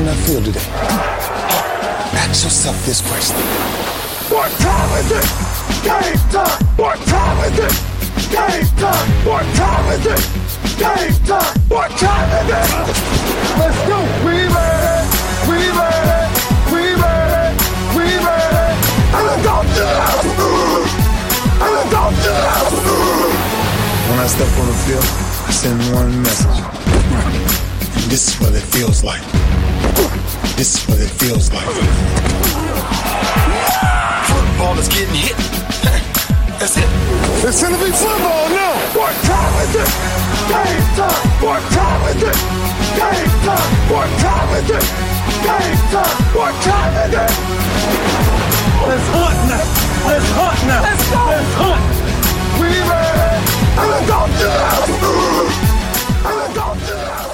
on that field today, ask yourself this question. What time is it? Game time! What time is it? Game time! What time is it? Game time! What time is it? Let's go! We made it! We made it! We made it! We made it! And let's go to the house! And let's go to the house! When I step on the field, I send one message. This is what it feels like. This is what it feels like. Football is getting hit. That's it. It's gonna be football now. What time is it? Game time. What time is it? Game time. What time is it? Game time. What time is it? Let's hunt now. Let's hunt now. Let's go. Let's hunt. We ready. And let's go to the house. And let's go to the house.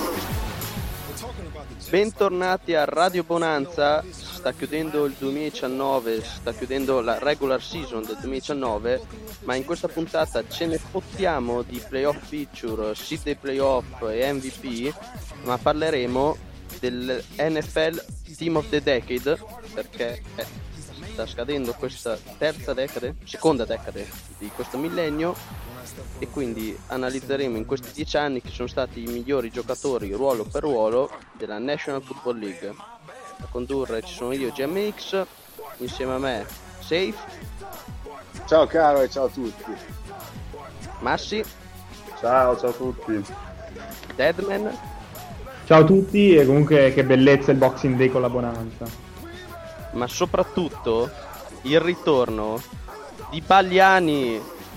Bentornati a Radio Bonanza. Sta chiudendo il 2019, sta chiudendo la regular season del 2019, ma in questa puntata ce ne fottiamo di playoff feature, seed dei playoff e MVP, ma parleremo del NFL Team of the Decade, perché sta scadendo questa seconda decade di questo millennio, e quindi analizzeremo in questi 10 anni chi sono stati i migliori giocatori ruolo per ruolo della National Football League. A condurre ci sono io, GMX, insieme a me Safe. Ciao caro e ciao a tutti. Massi. Ciao a tutti. Deadman. Ciao a tutti, e comunque che bellezza il Boxing Day con la Bonanza. Ma soprattutto il ritorno di Pagliani.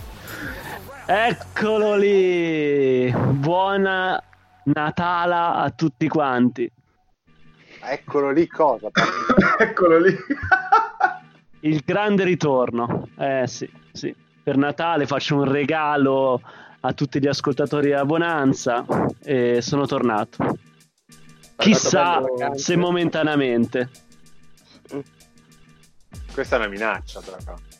Eccolo lì! Buona Natala a tutti quanti. Eccolo lì cosa? Eccolo lì. Il grande ritorno. Sì. Per Natale faccio un regalo a tutti gli ascoltatori della Bonanza e sono tornato. Chissà se momentaneamente. Questa è una minaccia, però.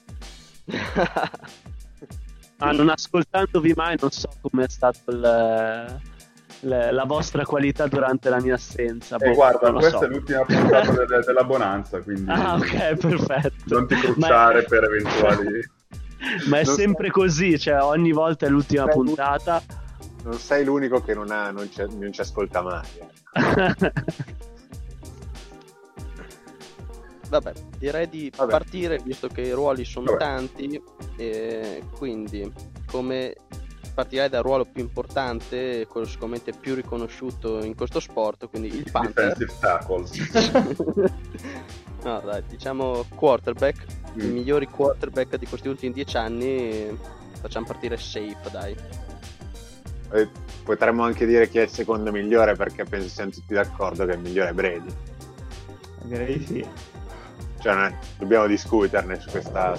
Non ascoltandovi mai non so com'è stato la vostra qualità durante la mia assenza. Guarda, questa è l'ultima puntata della Bonanza, quindi ok, perfetto. Non ti cruciare per eventuali. Ma è sempre così, cioè ogni volta è l'ultima puntata. Non sei l'unico che non ci ascolta mai. Vabbè, direi di partire, visto che i ruoli sono tanti, e quindi come partirei dal ruolo più importante, quello sicuramente più riconosciuto in questo sport, quindi il punter. Defensive tackle. No dai, diciamo quarterback, i migliori quarterback di questi ultimi 10 anni. Facciamo partire Safe, dai. Potremmo anche dire chi è il secondo migliore, perché penso siamo tutti d'accordo che il migliore è Brady. Direi sì. Cioè dobbiamo discuterne su questa.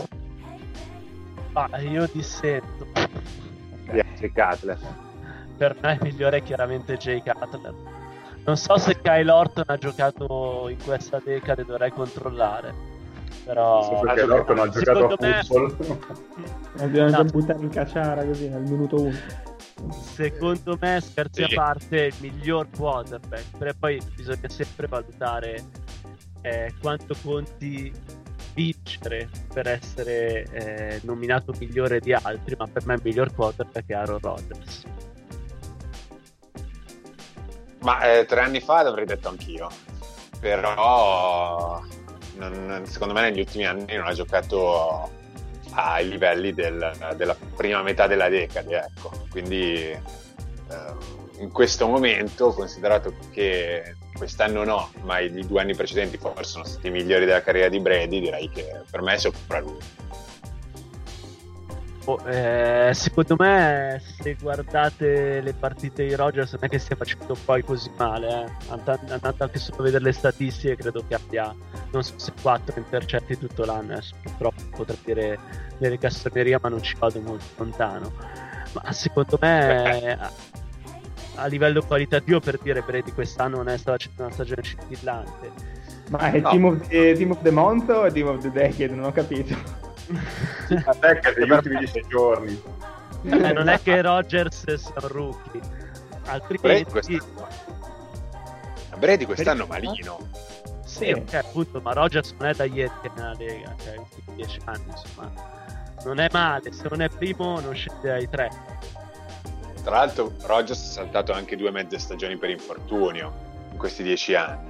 Io dissento. Jay Cutler. Per me il migliore è chiaramente Jay Cutler. Non so se Kyle Orton ha giocato in questa decade, dovrei controllare. Però perché Orton ha giocato a football. Dobbiamo già buttare in cacciara così nel minuto 1. Secondo me, scherzi a parte, il miglior quarterback. Però poi bisogna sempre valutare quanto conti vincere per essere nominato migliore di altri, ma per me il miglior quarterback è Aaron Rodgers. Ma 3 anni fa l'avrei detto anch'io, però secondo me negli ultimi anni non ha giocato ai livelli della prima metà della decade, ecco. Quindi in questo momento, considerato che quest'anno no, ma i 2 anni precedenti forse sono stati i migliori della carriera di Brady, direi che per me è sopra lui. Secondo me, se guardate le partite di Rodgers, non è che stia facendo poi così male, andando anche solo a vedere le statistiche, credo che abbia, non so se 4 intercetti tutto l'anno. Purtroppo potrei dire delle castronerie, ma non ci vado molto lontano. Ma secondo me a livello qualitativo, per dire, Brady quest'anno non è stata una stagione scintillante. Ma è Team of the Month o Team of the Decade? Non ho capito. La decade degli ultimi 10 giorni. Non è che Rodgers sia un rookie, altrimenti Brady quest'anno malino. Sì, ok, appunto, ma Rodgers non è da ieri che è nella Lega, cioè ultimi 10 anni, insomma. Non è male, se non è primo non scende ai 3. Tra l'altro Rodgers ha saltato anche 2 mezze stagioni per infortunio in questi 10 anni.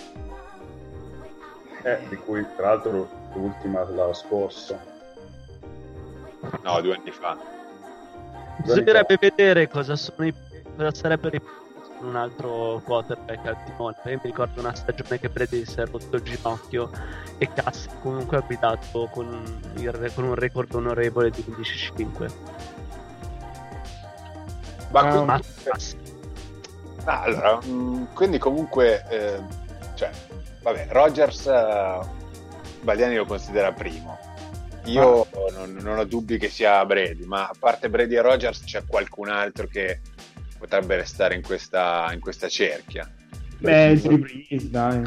Di cui tra l'altro l'ultima l'anno scorso. No, 2 anni fa. Bisognerebbe vedere cosa sarebbero i un altro quarterback al timone. Io mi ricordo una stagione che Brady si è rotto il ginocchio e Cass comunque ha guidato con un record onorevole di 15-5. Allora, quindi comunque cioè, vabbè, Rodgers Baliani lo considera primo. Io non ho dubbi che sia Brady, ma a parte Brady e Rodgers c'è qualcun altro che potrebbe restare in questa cerchia. Drew Brees, dai.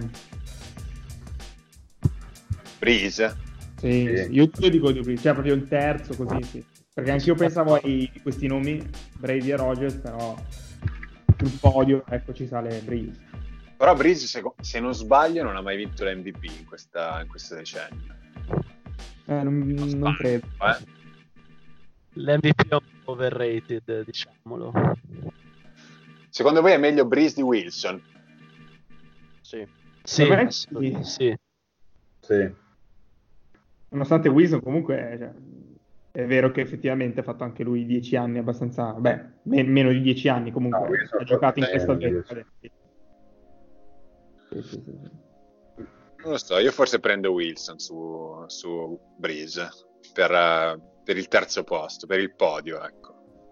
Brees? Sì. Io dico Drew Brees, cioè proprio il terzo così, sì. Perché anch'io pensavo ai questi nomi, Brady e Rodgers, però sul podio, ecco, ci sale Brees. Però Brees, se non sbaglio, non ha mai vinto l'MVP in questo decennio. Non credo. L'MVP è overrated, diciamolo. Secondo voi è meglio Brees di Wilson? Sì. Sì. Nonostante Wilson comunque, cioè, è vero che effettivamente ha fatto anche lui 10 anni abbastanza, meno di 10 anni comunque, ha giocato in questa decade. Sì. Non lo so, io forse prendo Wilson su Brees per il terzo posto, per il podio, ecco.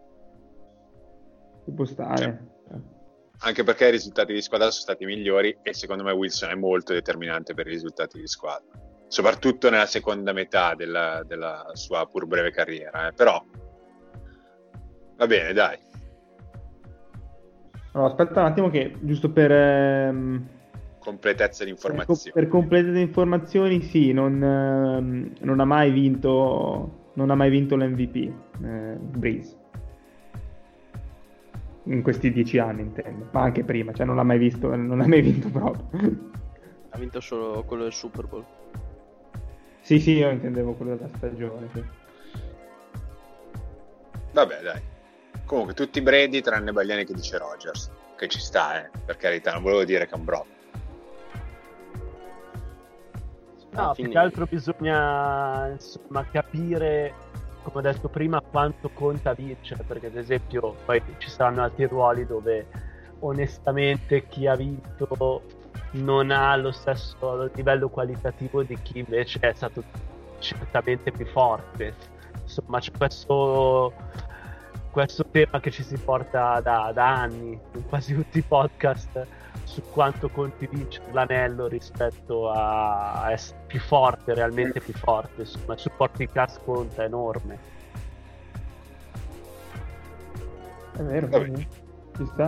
Ci può stare. Anche perché i risultati di squadra sono stati migliori e secondo me Wilson è molto determinante per i risultati di squadra, soprattutto nella seconda metà della sua pur breve carriera, però va bene, dai. Allora, aspetta un attimo che giusto per completezza di informazioni. Per completezza di informazioni, sì, non ha mai vinto l'MVP Brees. In questi 10 anni intendo, ma anche prima, cioè non l'ha mai vinto proprio. Ha vinto solo quello del Super Bowl. Sì, io intendevo quello della stagione, sì. Vabbè, dai. Comunque tutti Brady tranne Bagliani che dice Rodgers, che ci sta, per carità, non volevo dire che è un bro. No, più che altro bisogna insomma capire, come ho detto prima, quanto conta vincere, perché ad esempio poi ci saranno altri ruoli dove onestamente chi ha vinto non ha lo stesso livello qualitativo di chi invece è stato certamente più forte. Insomma, c'è questo tema che ci si porta da anni in quasi tutti i podcast su quanto conti vincere l'anello rispetto a essere più forte, realmente più forte. Insomma, il supporting cast conta, è enorme. È vero. Ci sta.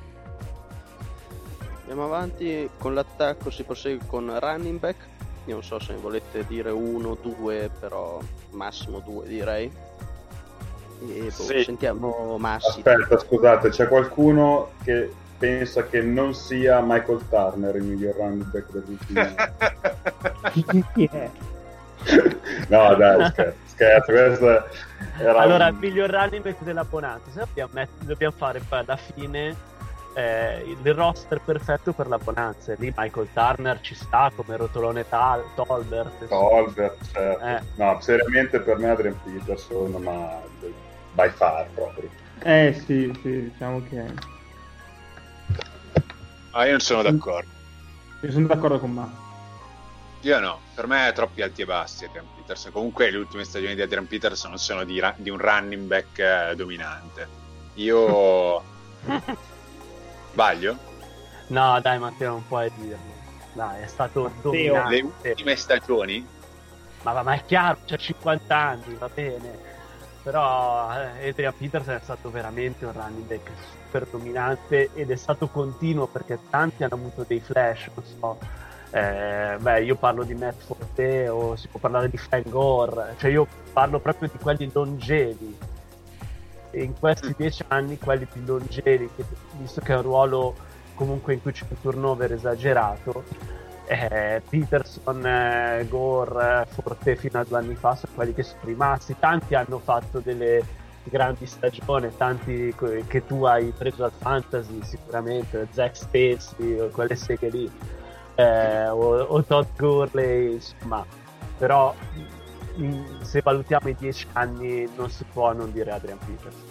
Andiamo avanti con l'attacco, si prosegue con running back. Io non so se ne volete dire 1, 2, però massimo 2 direi. E sì. Sentiamo Massi. Aspetta, scusate, c'è qualcuno che pensa che non sia Michael Turner il miglior running back dell'ultimo anno? Chi è? No dai, scherzo, questo era allora il miglior running back della Bonanza, se dobbiamo fare poi alla fine il roster perfetto per la Bonanza. Lì Michael Turner ci sta come rotolone Tolbert, certo. No, seriamente per me Adrian Peterson, ma by far proprio. Sì, diciamo che io non sono d'accordo. Io sono d'accordo con Matt. Io no, per me è troppi alti e bassi Adrian Peterson. Comunque le ultime stagioni di Adrian Peterson sono di un running back dominante. Io sbaglio? No dai Matteo, non puoi dirlo, dai, è stato dominante. Le ultime stagioni? Ma è chiaro, c'ha 50 anni, va bene, però Adrian Peterson è stato veramente un running back super dominante ed è stato continuo, perché tanti hanno avuto dei flash, non so, io parlo di Matt Forte o si può parlare di Frank Gore, cioè io parlo proprio di quelli longevi, e in questi 10 anni quelli più longevi, visto che è un ruolo comunque in cui c'è un turnover esagerato. Peterson, Gore, Forte fino a 2 anni fa sono quelli che sono rimasti. Tanti hanno fatto delle grandi stagioni, tanti che tu hai preso al fantasy sicuramente, Zach Stacy, quelle seghe lì, o Todd Gurley, insomma. Però se valutiamo i 10 anni non si può non dire Adrian Peterson.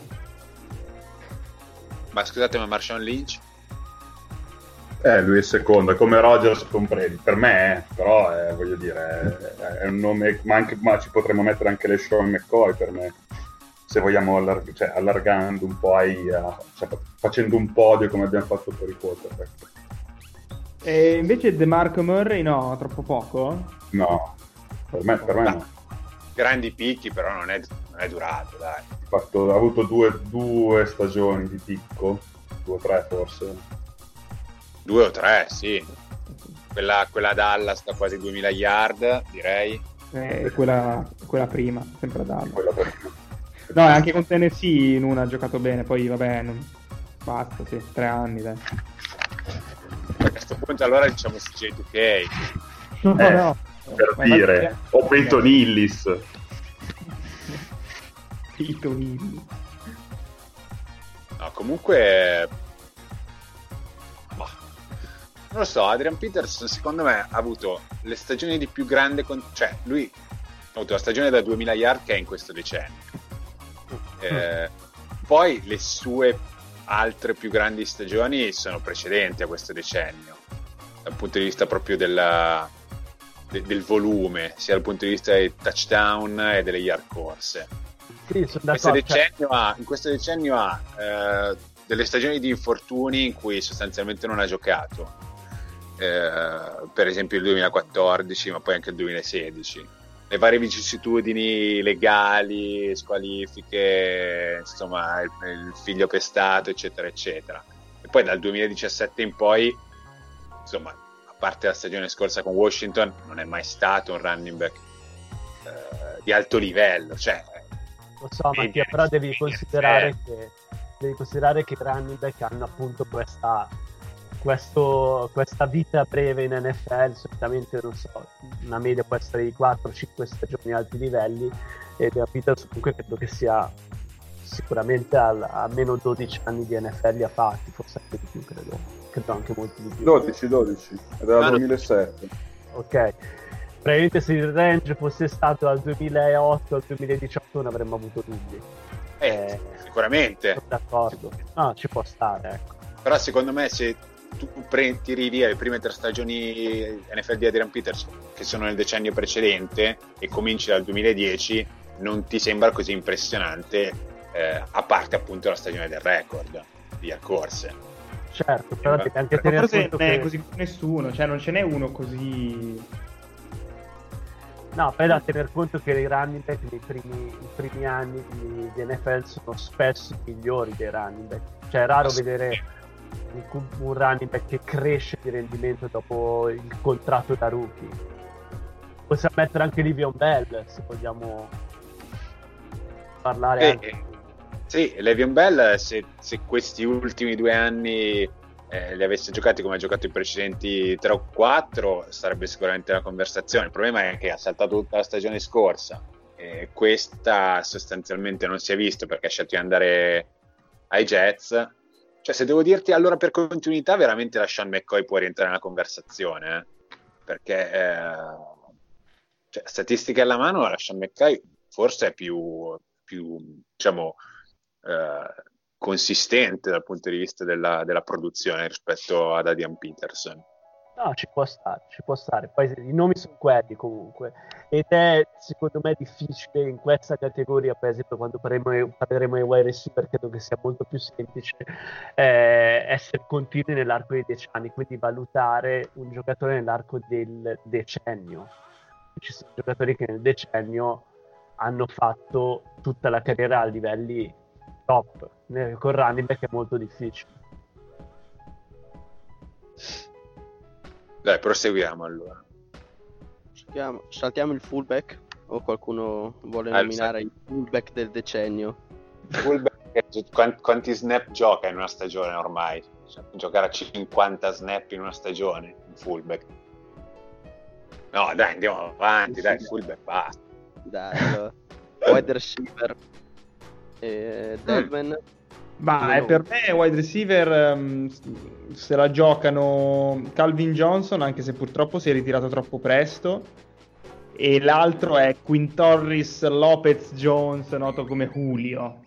Ma scusate, ma Marshawn Lynch? Lui è secondo, è come Rodgers con Brady, per me, però voglio dire, è un nome, ma ci potremmo mettere anche le Sean McCoy per me, se vogliamo allargando un po' facendo un podio come abbiamo fatto per i quarterback. E invece DeMarco Murray no, troppo poco? No, per me no. Grandi picchi, però non è durato, dai. Ha avuto due stagioni di picco, 2 o 3 forse. 2 o 3, sì. Quella Dallas da quasi 2000 yard, direi. Quella prima, sempre Dallas. Quella prima. No, anche con Tennessee in una ha giocato bene, poi vabbè, basta, sì, 3 anni, dai. A questo punto allora diciamo CJ2K. No. Per dire, o Peyton Hillis. Peyton Hillis. No, comunque... non lo so, Adrian Peterson secondo me ha avuto le stagioni di più grande cioè lui ha avuto la stagione da 2000 yard che è in questo decennio, poi le sue altre più grandi stagioni sono precedenti a questo decennio dal punto di vista proprio del volume, sia dal punto di vista dei touchdown e delle yard corse. Sì, in questo decennio ha delle stagioni di infortuni in cui sostanzialmente non ha giocato, per esempio il 2014 ma poi anche il 2016, le varie vicissitudini legali, squalifiche, insomma il figlio pestato eccetera eccetera, e poi dal 2017 in poi, insomma, a parte la stagione scorsa con Washington, non è mai stato un running back di alto livello, cioè lo so Mattia, però devi considerare che i running back hanno appunto questa vita breve in NFL, solitamente non so, una media può essere di 4-5 stagioni a alti livelli, e Peterson comunque credo che sia sicuramente almeno 12 anni di NFL li ha fatti, forse anche di più, credo anche molti di più. 12, è dal 2007. Ok, probabilmente se il range fosse stato dal 2008 al 2018 non avremmo avuto dubbi. Sicuramente. Sono d'accordo. No, ci può stare, ecco. Però secondo me se tu tiri via le prime 3 stagioni NFL di Adrian Peterson, che sono nel decennio precedente, e cominci dal 2010, non ti sembra così impressionante, a parte appunto la stagione del record di corse. Certo, però devi anche tenere conto non è così nessuno, cioè non ce n'è uno così. No, poi da tener conto che i running back nei primi anni di NFL sono spesso i migliori dei running back, cioè è raro vedere un running back che cresce di rendimento dopo il contratto da rookie. Possiamo mettere anche Le'Veon Bell se vogliamo parlare anche. Sì, Le'Veon Bell se questi ultimi 2 anni li avesse giocati come ha giocato i precedenti 3 o 4 sarebbe sicuramente una conversazione. Il problema è che ha saltato tutta la stagione scorsa e questa sostanzialmente non si è visto perché ha scelto di andare ai Jets. Cioè, se devo dirti allora per continuità, veramente la Sean McCoy può rientrare nella conversazione, perché cioè, statistiche alla mano la Sean McCoy forse è più diciamo consistente dal punto di vista della produzione rispetto ad Adrian Peterson. No, ci può stare. Poi i nomi sono quelli comunque, ed è secondo me difficile in questa categoria, per esempio quando parleremo ai wide receiver, credo che sia molto più semplice essere continui nell'arco dei 10 anni, quindi valutare un giocatore nell'arco del decennio. Ci sono giocatori che nel decennio hanno fatto tutta la carriera a livelli top, con running back è molto difficile. Dai, proseguiamo allora. Saltiamo il fullback o qualcuno vuole nominare il fullback del decennio? Fullback Quanti snap gioca in una stagione ormai? Cioè, giocare a 50 snap in una stagione, un fullback. No, dai, andiamo avanti, dai, fullback, basta. Dai, wide receiver. Deadman. Ma per me wide receiver se la giocano Calvin Johnson, anche se purtroppo si è ritirato troppo presto, e l'altro è Quintorris Lopez Jones, noto come Julio.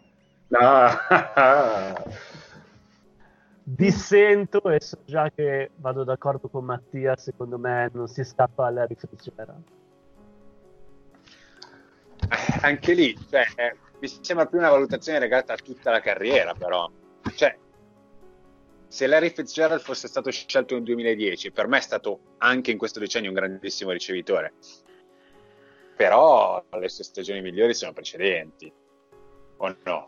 Dissento e so già che vado d'accordo con Mattia, secondo me non si scappa alla Fitzgerald. Anche lì, cioè, mi sembra più una valutazione legata a tutta la carriera, però. Cioè, se Larry Fitzgerald fosse stato scelto nel 2010, per me è stato anche in questo decennio un grandissimo ricevitore. Però le sue stagioni migliori sono precedenti, o no?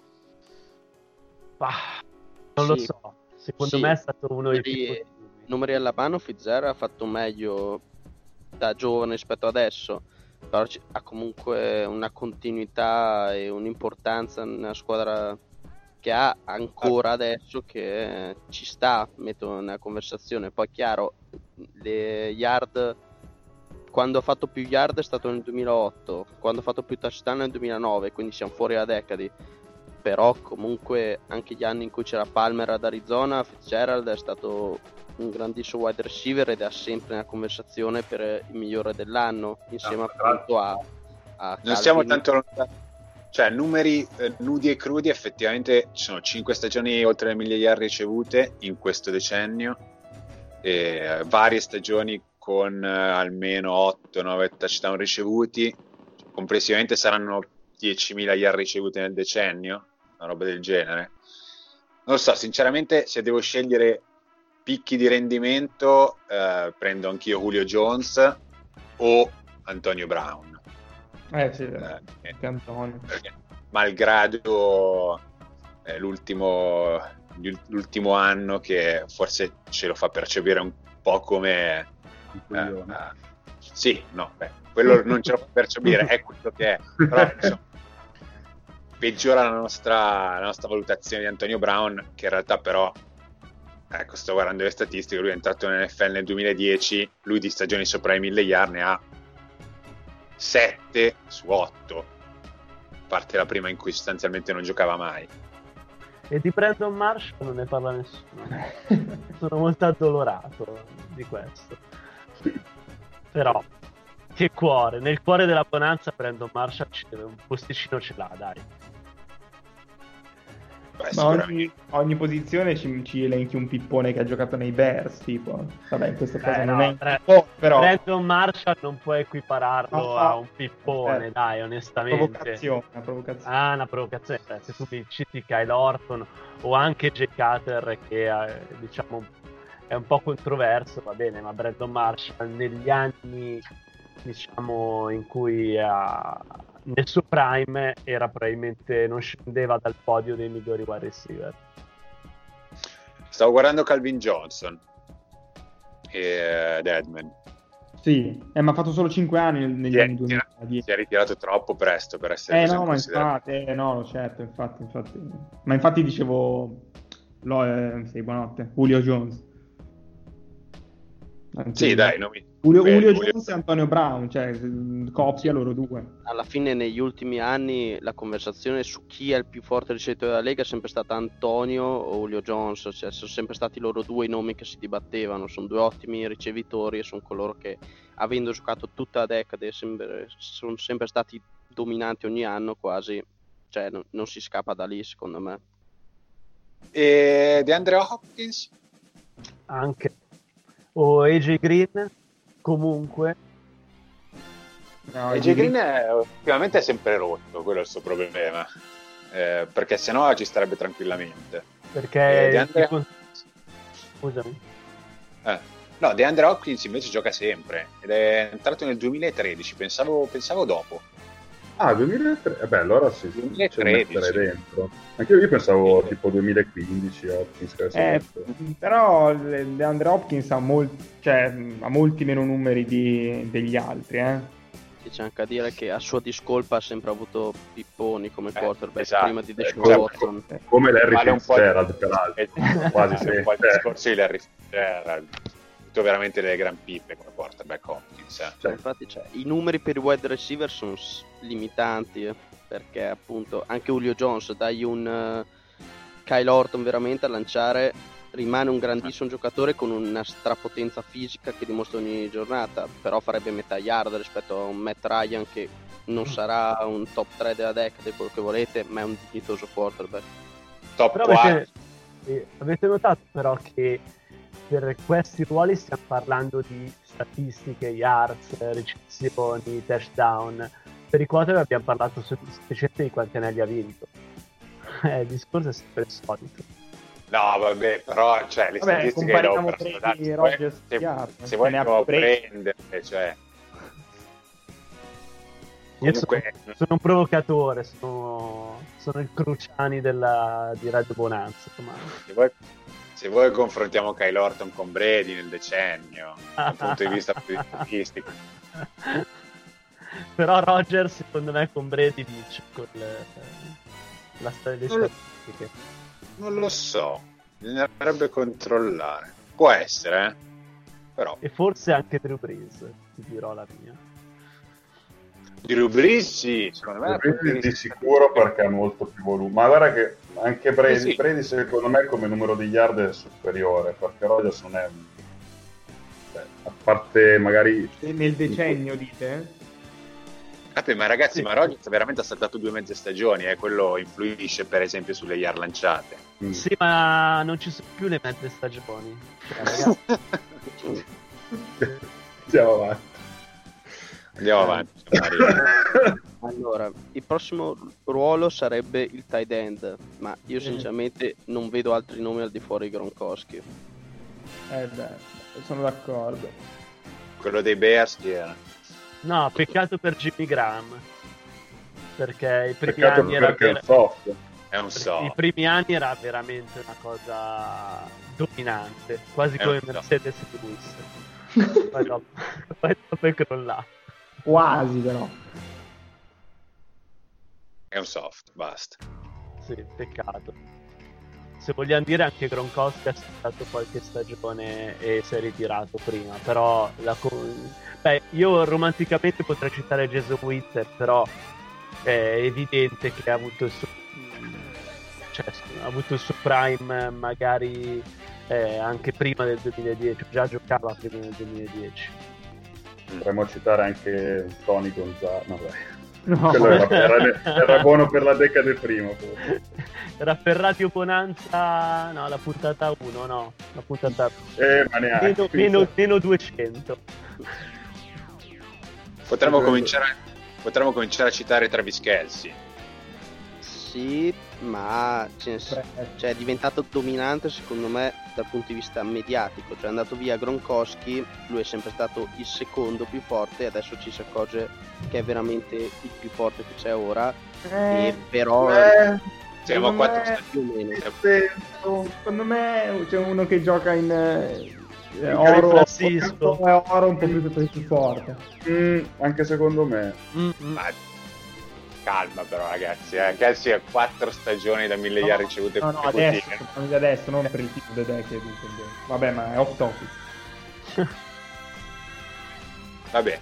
Non lo so. Secondo me è stato uno dei più numeri alla mano. Fitzgerald ha fatto meglio da giovane rispetto adesso, però ha comunque una continuità e un'importanza nella squadra che ha ancora adesso, che ci sta, metto nella conversazione. Poi chiaro, le yard, quando ha fatto più yard è stato nel 2008, quando ha fatto più touchdown nel 2009, quindi siamo fuori da decadi. Però comunque anche gli anni in cui c'era Palmer ad Arizona, Fitzgerald è stato un grandissimo wide receiver ed è sempre nella conversazione per il migliore dell'anno, insieme appunto a non stiamo tanto lontani, cioè numeri nudi e crudi. Effettivamente ci sono 5 stagioni oltre le 1000 yard ricevute in questo decennio, e varie stagioni con almeno 8-9 touchdown ricevuti, complessivamente saranno 10.000 yard ricevute nel decennio, una roba del genere. Non lo so, sinceramente, se devo scegliere picchi di rendimento, prendo anch'io Julio Jones o Antonio Brown. Sì, Antonio. Perché, malgrado l'ultimo anno, che forse ce lo fa percepire un po' come sì, no, quello non ce lo fa percepire, è quello che è, però insomma, peggiora la nostra valutazione di Antonio Brown, che in realtà però, ecco, sto guardando le statistiche, lui è entrato nell'NFL nel 2010, lui di stagioni sopra i 1000 yard ne ha 7 su 8, a parte la prima in cui sostanzialmente non giocava mai. E di Brandon Marshall non ne parla nessuno. Sono molto addolorato di questo. Però, che cuore, nel cuore della bonanza Brandon Marshall un posticino ce l'ha, dai. Ma ogni posizione ci elenchi un pippone che ha giocato nei Bears, tipo. Vabbè, in questo caso non è un pippone, però Brandon Marshall non può equipararlo a un pippone, dai, onestamente. Una provocazione. Una provocazione. Se tu mi citi Kyle Orton o anche Jay Cutler, che diciamo è un po' controverso, va bene, ma Brandon Marshall negli anni, diciamo, in cui nel suo prime era probabilmente, non scendeva dal podio dei migliori wide receiver. Stavo guardando Calvin Johnson e Deadman. Sì, ma ha fatto solo 5 anni negli anni 2010. Si è ritirato troppo presto per essere no, ma infatti, no, certo, infatti. Ma infatti dicevo, sì, buonanotte, Julio Jones. Sì, dai, nomi. Julio Jones e Antonio Brown, cioè coppia loro due. Alla fine negli ultimi anni la conversazione su chi è il più forte ricevitore della Lega è sempre stata Antonio o Julio Jones, cioè sono sempre stati loro due i nomi che si dibattevano. Sono due ottimi ricevitori e sono coloro che, avendo giocato tutta la decade, sono sempre stati dominanti ogni anno quasi, cioè non si scappa da lì, secondo me. E DeAndre Hopkins? Anche. O AJ Green? Comunque AJ Green ultimamente è sempre rotto, quello è il suo problema, perché sennò ci starebbe tranquillamente. Perché scusami, no, DeAndre Hopkins invece gioca sempre ed è entrato nel 2013, pensavo dopo. 2003, allora sì, 2013 dentro. Anche io pensavo tipo 2015 Hopkins, però DeAndre Hopkins ha molti meno numeri degli altri, Infatti c'è anche a dire che a sua discolpa ha sempre avuto pipponi come quarterback esatto. prima di Deshaun Watson. Come Larry Vale un po' Fitzgerald, peraltro. Quasi un po' il discorso di Larry Fitzgerald. Tutto veramente delle gran pippe come quarterback Hopkins. Infatti i numeri per i wide receiver sono limitanti, perché appunto anche Julio Jones, dai un Kyle Orton veramente a lanciare, rimane un grandissimo giocatore con una strapotenza fisica che dimostra ogni giornata, però farebbe metà yard rispetto a un Matt Ryan che non sarà un top 3 della decade, quello che volete, ma è un dignitoso quarterback. Top Però 4. avete notato però che per questi ruoli stiamo parlando di statistiche, yards, ricezioni, touchdown. Per i quarterback abbiamo parlato semplicemente di quanti anelli ha vinto. Il discorso è sempre il solito. No, vabbè, però le statistiche le ho personali. Se vuoi andiamo a prendere, cioè. Io sono un provocatore, sono il Cruciani di Radio Bonanza. Se vuoi confrontiamo Kyle Orton con Brady nel decennio, dal punto di vista statistico. Però Rodgers secondo me con Brady vince con la storia delle statistiche. Non lo so, bisognerebbe controllare. Può essere, però. E forse anche Drew Brees, ti dirò la mia. Drew Brees sì, secondo me di sicuro perché ha molto più volume. Ma guarda che anche Brady, sì. Brady secondo me come numero di yard è superiore, perché Rodgers non è a parte magari nel decennio dite? Ma ragazzi, ma Rodgers veramente ha saltato 2 mezze stagioni, quello influisce per esempio sulle yard lanciate. Sì, ma non ci sono più le mezze stagioni. Andiamo avanti. Allora, il prossimo ruolo sarebbe il tight end, ma io sinceramente non vedo altri nomi al di fuori di Gronkowski. Sono d'accordo. Quello dei Bears chi era? No, peccato per Jimmy Graham, perché i primi anni è un soft. I primi anni era veramente una cosa dominante, quasi come Mercedes Lewis. Poi dopo è crollato. Quasi però. È un soft, basta. Sì, peccato. Se vogliamo dire anche Gronkowski ha stato qualche stagione e si è ritirato prima, però io romanticamente potrei citare Jason Witten, però è evidente che ha avuto il suo prime magari anche prima del 2010, già giocava prima del 2010. Potremmo citare anche Tony Gonzalez, no, no. Era buono per la decade prima. Era per Radio Bonanza, no, la puntata 1, no, la puntata ma neanche. Meno 200. Potremmo cominciare a citare Travis Kelce. Sì, ma è diventato dominante secondo me dal punto di vista mediatico, cioè è andato via Gronkowski, lui è sempre stato il secondo più forte, adesso ci si accorge che è veramente il più forte che c'è ora, e però siamo a 4 stati meno. Secondo me c'è uno che gioca in oro un po' più forte. Anche secondo me. Calma però ragazzi, Kelce ha 4 stagioni da 1000 yard ricevute. No, adesso, non per il tipo di decade. Vabbè, ma è off topic. Vabbè,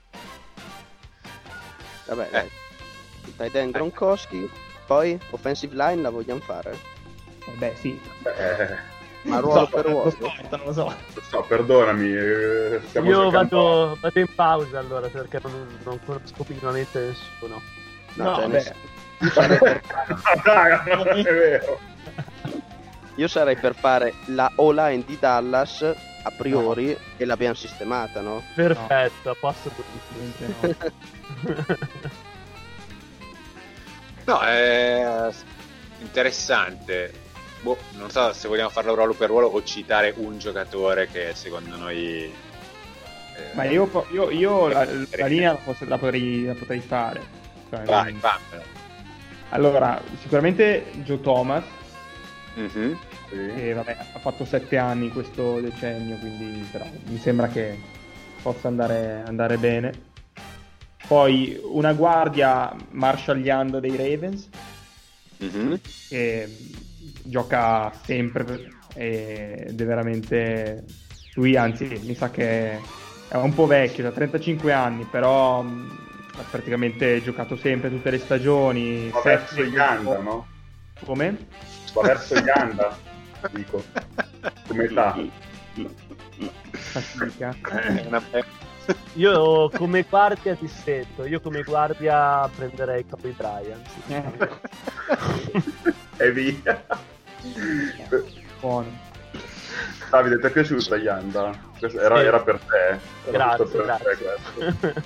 dai. Il tight end Gronkowski, poi offensive line la vogliamo fare? Beh, sì. Ma ruolo per ruolo? Non lo so. Perdonami. Io vado in pausa allora, perché non conosco minimamente nessuno. Io sarei per fare la O-line di Dallas a priori e l'abbiamo sistemata, no? Perfetto, a posto No, è interessante. Non so se vogliamo farlo ruolo per ruolo o citare un giocatore che secondo noi ma io la linea la potrei fare. Vai. Allora, sicuramente Joe Thomas, sì. che vabbè, ha fatto 7 anni questo decennio, quindi però mi sembra che possa andare bene. Poi una guardia, Marshall Yanda dei Ravens, che gioca sempre ed è veramente... Lui anzi mi sa che è un po' vecchio, ha 35 anni, però ha praticamente giocato sempre tutte le stagioni. Va verso Yanda, no? Come? Va verso Yanda, dico. Come età? Fatica. Io come guardia ti sento, io come guardia prenderei Kobe Bryant. E via. Buono. Davide, ti è piaciuta Yanda? Era per te. Era Grazie, tutto per grazie. te questo.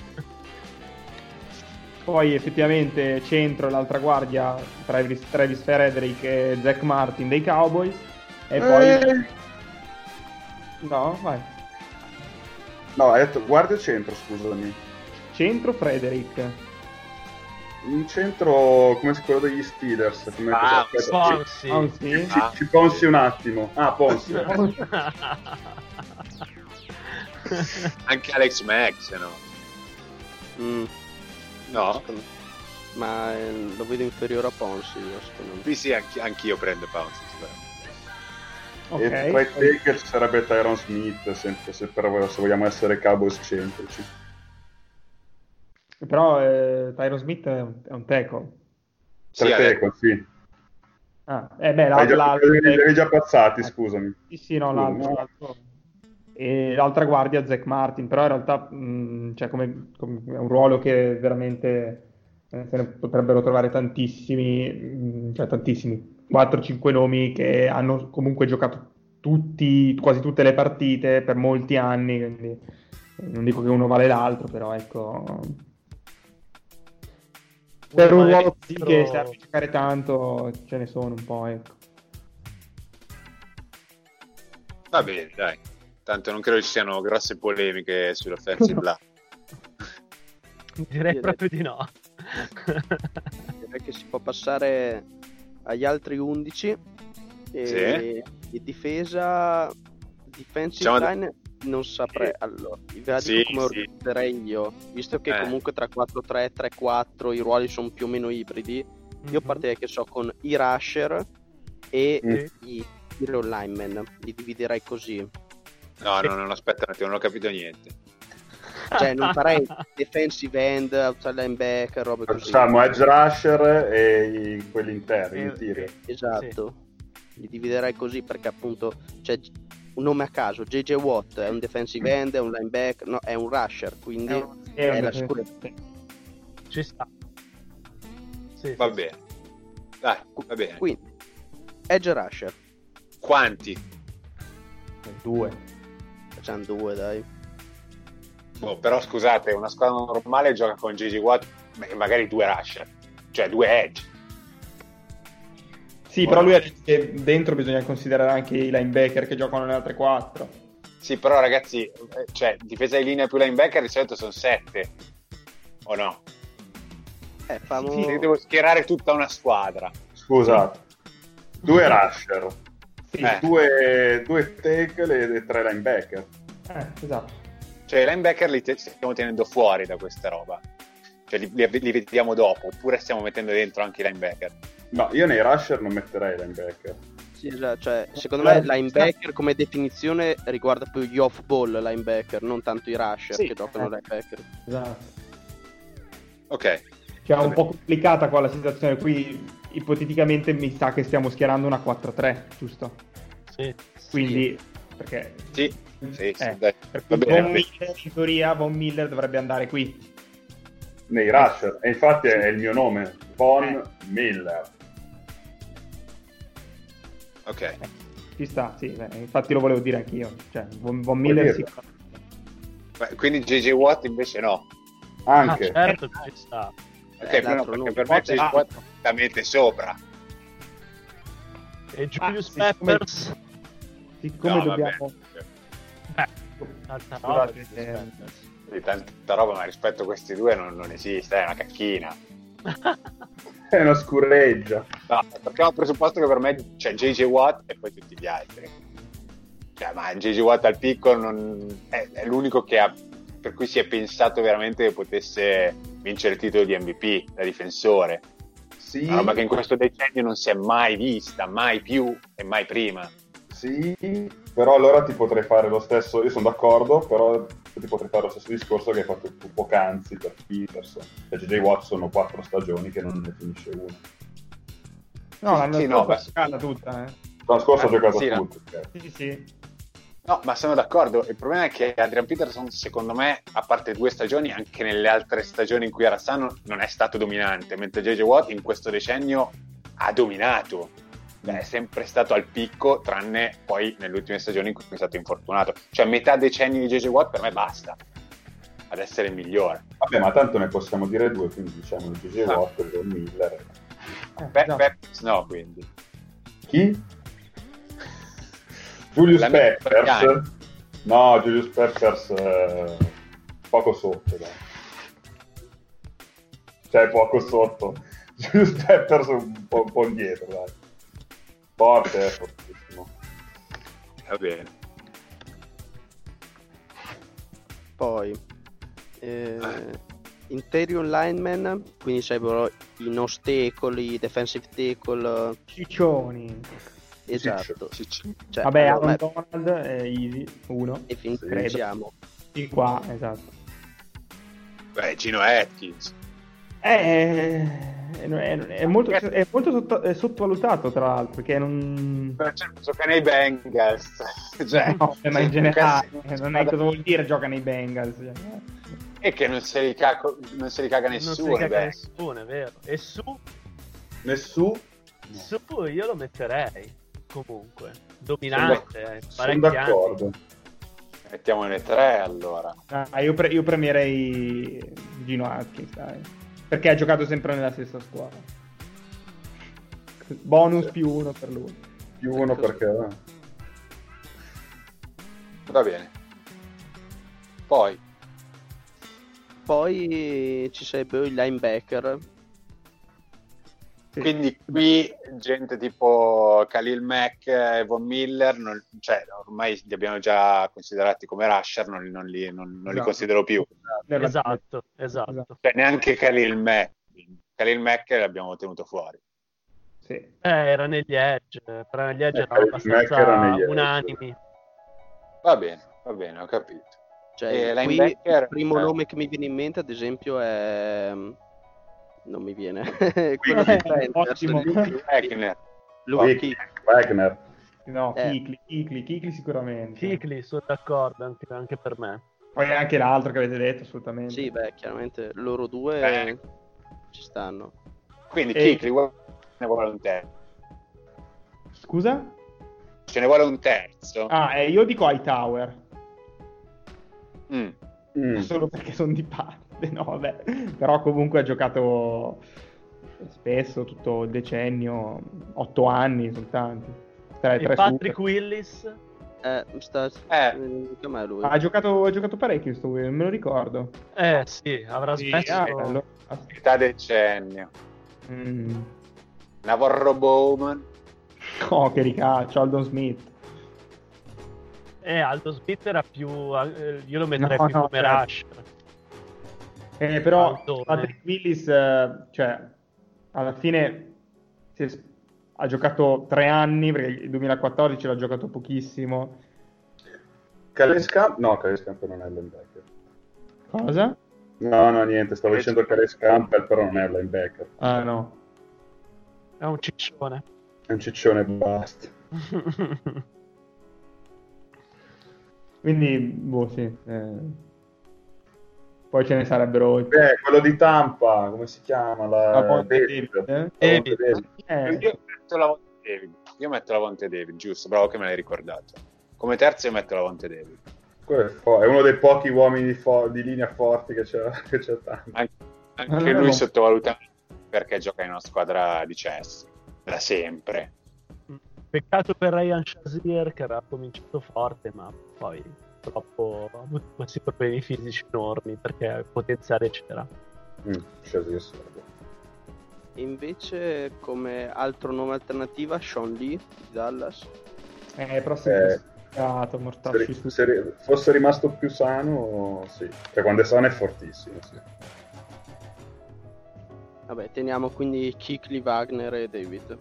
Poi effettivamente centro l'altra guardia, Travis Frederick e Zach Martin dei Cowboys. E poi... No, vai. No, hai detto guardia o centro, scusami. Centro Frederick. In centro, come si quello degli Steelers? Come aspetta, Ponzi. ci pensi un attimo. Ah, Ponzi. Anche Alex Max, no? No? Ma lo vedo inferiore a Ponzi, io, secondo me. Sì, anch'io prendo Ponzi. Ok. E tra i taker ci sarebbe Tyron Smith, sempre, se vogliamo essere Cowboys centrici. Però Tyron Smith è un tackle. Tre tackle, sì. Ah, beh, Li l'altro... avevi già passati, scusami. Sì, no, l'altro. E l'altra guardia Zach Martin, però in realtà cioè, come è un ruolo che veramente se ne potrebbero trovare tantissimi, 4-5 nomi che hanno comunque giocato quasi tutte le partite per molti anni, quindi non dico che uno vale l'altro, però ecco, per un ruolo così che serve a giocare tanto ce ne sono un po', ecco. Va bene, dai. Tanto non credo ci siano grosse polemiche sull'offensive line. Direi proprio di no. Direi che si può passare agli altri 11. E difensive line non saprei. Allora, ve la dico come organizzerei io, visto che comunque tra 4-3 3-4 i ruoli sono più o meno ibridi. Io partirei che so con i rusher e i hero linemen, li dividerei così. No, aspetta un attimo, non ho capito niente. Cioè non farei defensive end, outside linebacker, robe così. Facciamo edge rusher e quelli interni, in tiro. Esatto. Li dividerei così perché appunto c'è un nome a caso, JJ Watt è un defensive end, è un linebacker, no, è un rusher, quindi è la sicurezza. Ci sta. Sì, va bene. Dai, va bene. Quindi edge rusher. Quanti? 2. Facciamo 2, dai. Però scusate, una squadra normale gioca con JJ Watt, magari 2 rusher, cioè 2 edge. Sì, però lui ha detto che dentro bisogna considerare anche i linebacker che giocano nelle altre 4. Sì, però ragazzi, cioè difesa di linea più linebacker di solito sono 7, o no? Sì, devo schierare tutta una squadra. Scusate, 2 rusher, 2 tackle e 3 linebacker. Esatto. Cioè i linebacker li stiamo tenendo fuori da questa roba, cioè li vediamo dopo, oppure stiamo mettendo dentro anche i linebacker? No, io nei rusher non metterei i linebacker. Sì, esatto, cioè secondo me linebacker come definizione riguarda più gli off ball linebacker, non tanto i rusher che giocano linebacker. Esatto. Ok. Cioè è un po' complicata qua la situazione, qui ipoteticamente mi sa che stiamo schierando una 4-3, giusto? Sì. Quindi perché sì, dai. Per cui Miller, in teoria Von Miller dovrebbe andare qui nei rusher, e infatti è il mio nome, Von Miller. Ok. Ci sta, sì, infatti lo volevo dire anch'io, cioè Von Miller sì. Quindi JJ Watt invece no. Anche. Certo che ci sta. Ok, perché per me JJ Watt la mette sopra. E Julius Peppers? Siccome dobbiamo... Tanta roba di tanta roba, ma rispetto a questi due non esiste, è una cacchina. È una scureggia. No, partiamo dal presupposto che per me c'è JJ Watt e poi tutti gli altri. Cioè, ma JJ Watt al picco è l'unico che ha, per cui si è pensato veramente che potesse vincere il titolo di MVP da difensore. Sì, Una roba che in questo decennio non si è mai vista, mai più e mai prima. sì, però allora ti potrei fare lo stesso, io sono d'accordo, però ti potrei fare lo stesso discorso che hai fatto tu poc'anzi per Peterson. Per J.J. Watt sono 4 stagioni che non ne finisce una. No, l'anno Sì, scorso no, ha giocato tutta, L'anno scorso ha giocato sì, no. tutti. Ok. Sì. No, ma sono d'accordo. Il problema è che Adrian Peterson, secondo me, a parte 2 stagioni, anche nelle altre stagioni in cui era sano, non è stato dominante, mentre J.J. Watt in questo decennio ha dominato. È sempre stato al picco, tranne poi nelle ultime stagioni in cui è stato infortunato. Cioè, metà decennio di J.J. Watt per me basta ad essere il migliore. Vabbè, ma tanto ne possiamo dire 2, quindi diciamo J.J. Watt e Von Miller. Peppers no, quindi. Chi? Julius La Peppers? No, Julius Peppers poco sotto, dai. Cioè, poco sotto. Julius Peppers un po' indietro, dai. Forte, fortissimo. Va bene. Poi interior lineman, quindi sarebbero i nose tackle, i defensive tackle, Ciccioni. esatto. Cioè, Vabbè, allora, Aaron Donald è easy, 1. e fin credo. siamo. Sì, qua, esatto. Beh, Gino Atkins. È molto sottovalutato, tra l'altro, che non... Gioca nei Bengals. Cioè, No, ma in generale, non è cosa vuol dire gioca nei Bengals. E che non se li caga Non si nessuno. caga nessuno, è vero. E Nessuno? su io lo metterei comunque. Dominante, Sono parecchi anni. d'accordo. Mettiamone 3 allora. Io premierei Gino Atkins, dai, perché ha giocato sempre nella stessa squadra. Bonus più 1 per lui. Più 1 perché... Va bene. Poi ci sarebbero i linebacker. Sì. Quindi qui gente tipo Khalil Mack e Von Miller, cioè ormai li abbiamo già considerati come rusher, non li Esatto. considero più. Esatto. Cioè, neanche Khalil Mack. Khalil Mack l'abbiamo tenuto fuori. Sì. Era negli edge, però negli edge erano Khalil Mack era abbastanza negli edge. unanimi. Va bene, ho capito. Cioè, E qui linebacker, il primo nome che mi viene in mente, ad esempio, è... non mi viene. Quello di Panthers, Ottimo. Wagner. Luke Kuechly. Wagner. No, Kuechly sicuramente. Kuechly, sono d'accordo, anche per me. Poi anche l'altro che avete detto, assolutamente. Sì, beh, chiaramente loro due ci stanno. Quindi E- Kuechly ne vuole un terzo. Scusa? Ce ne vuole un terzo. Io dico Hightower. Mm. Solo perché sono di parte, no, vabbè. Però comunque ha giocato spesso, tutto il decennio, 8 anni, sono tanti. E Patrick Willis? Com'è lui? Ha giocato parecchio sto Will, me lo ricordo. Sì, avrà smesso. allora- Metà decennio. Mm. Navarro Bowman. Oh, che ricaccio, Aldon Smith. Aldo Smith era più... io lo metterei No, più no, come certo. rusher. Però Aldone. Patrick Willis, cioè, alla fine ha giocato 3 anni, perché il 2014 l'ha giocato pochissimo. Calais Camp? No, Calais Camp non è linebacker. Cosa? No, niente, stavo dicendo Calais Campbell, però non è un linebacker. Ah, no. È un ciccione. È un ciccione e basta. Quindi, sì. Poi ce ne sarebbero... Quello di Tampa, come si chiama? Lavonte David. David. Lavonte David. Io metto Lavonte David, giusto, bravo che me l'hai ricordato. Come terzo io metto Lavonte David. Quello è uno dei pochi uomini di linea forti che c'è tanto. Anche lui sottovalutato perché gioca in una squadra di CS da sempre. Peccato per Ryan Shazier che aveva cominciato forte, ma poi purtroppo ha avuto questi problemi fisici enormi perché il potenziale c'era. Invece, come altro nome alternativa, Sean Lee di Dallas. Però se mortacci se fosse rimasto più sano, sì. Cioè, quando è sano è fortissimo, sì. Vabbè, teniamo quindi Kuechly, Wagner e David.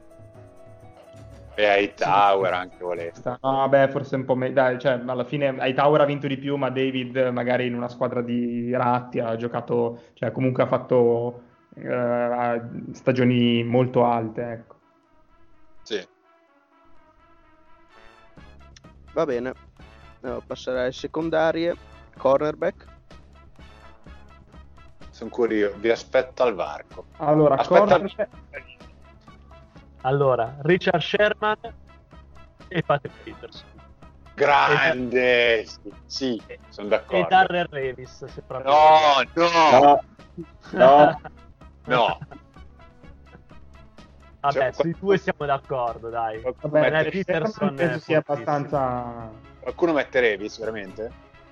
E Hightower anche volete. No, vabbè, forse un po' dai, cioè, alla fine Hightower ha vinto di più, ma David magari in una squadra di ratti ha giocato, cioè comunque ha fatto stagioni molto alte, ecco. Sì. Va bene, passerei alle secondarie. Cornerback. Sono curioso, vi aspetto al varco. Allora, Aspetta. Allora, Richard Sherman e Patrick Peterson. Grande! Sì, sono E d'accordo. Darrell Revis, se proprio... No! No, No! Vabbè, Cioè, sui due siamo d'accordo, dai. Qualcuno Vabbè, mette, Peterson penso è sia fortissimo. abbastanza... qualcuno mette Revis, veramente?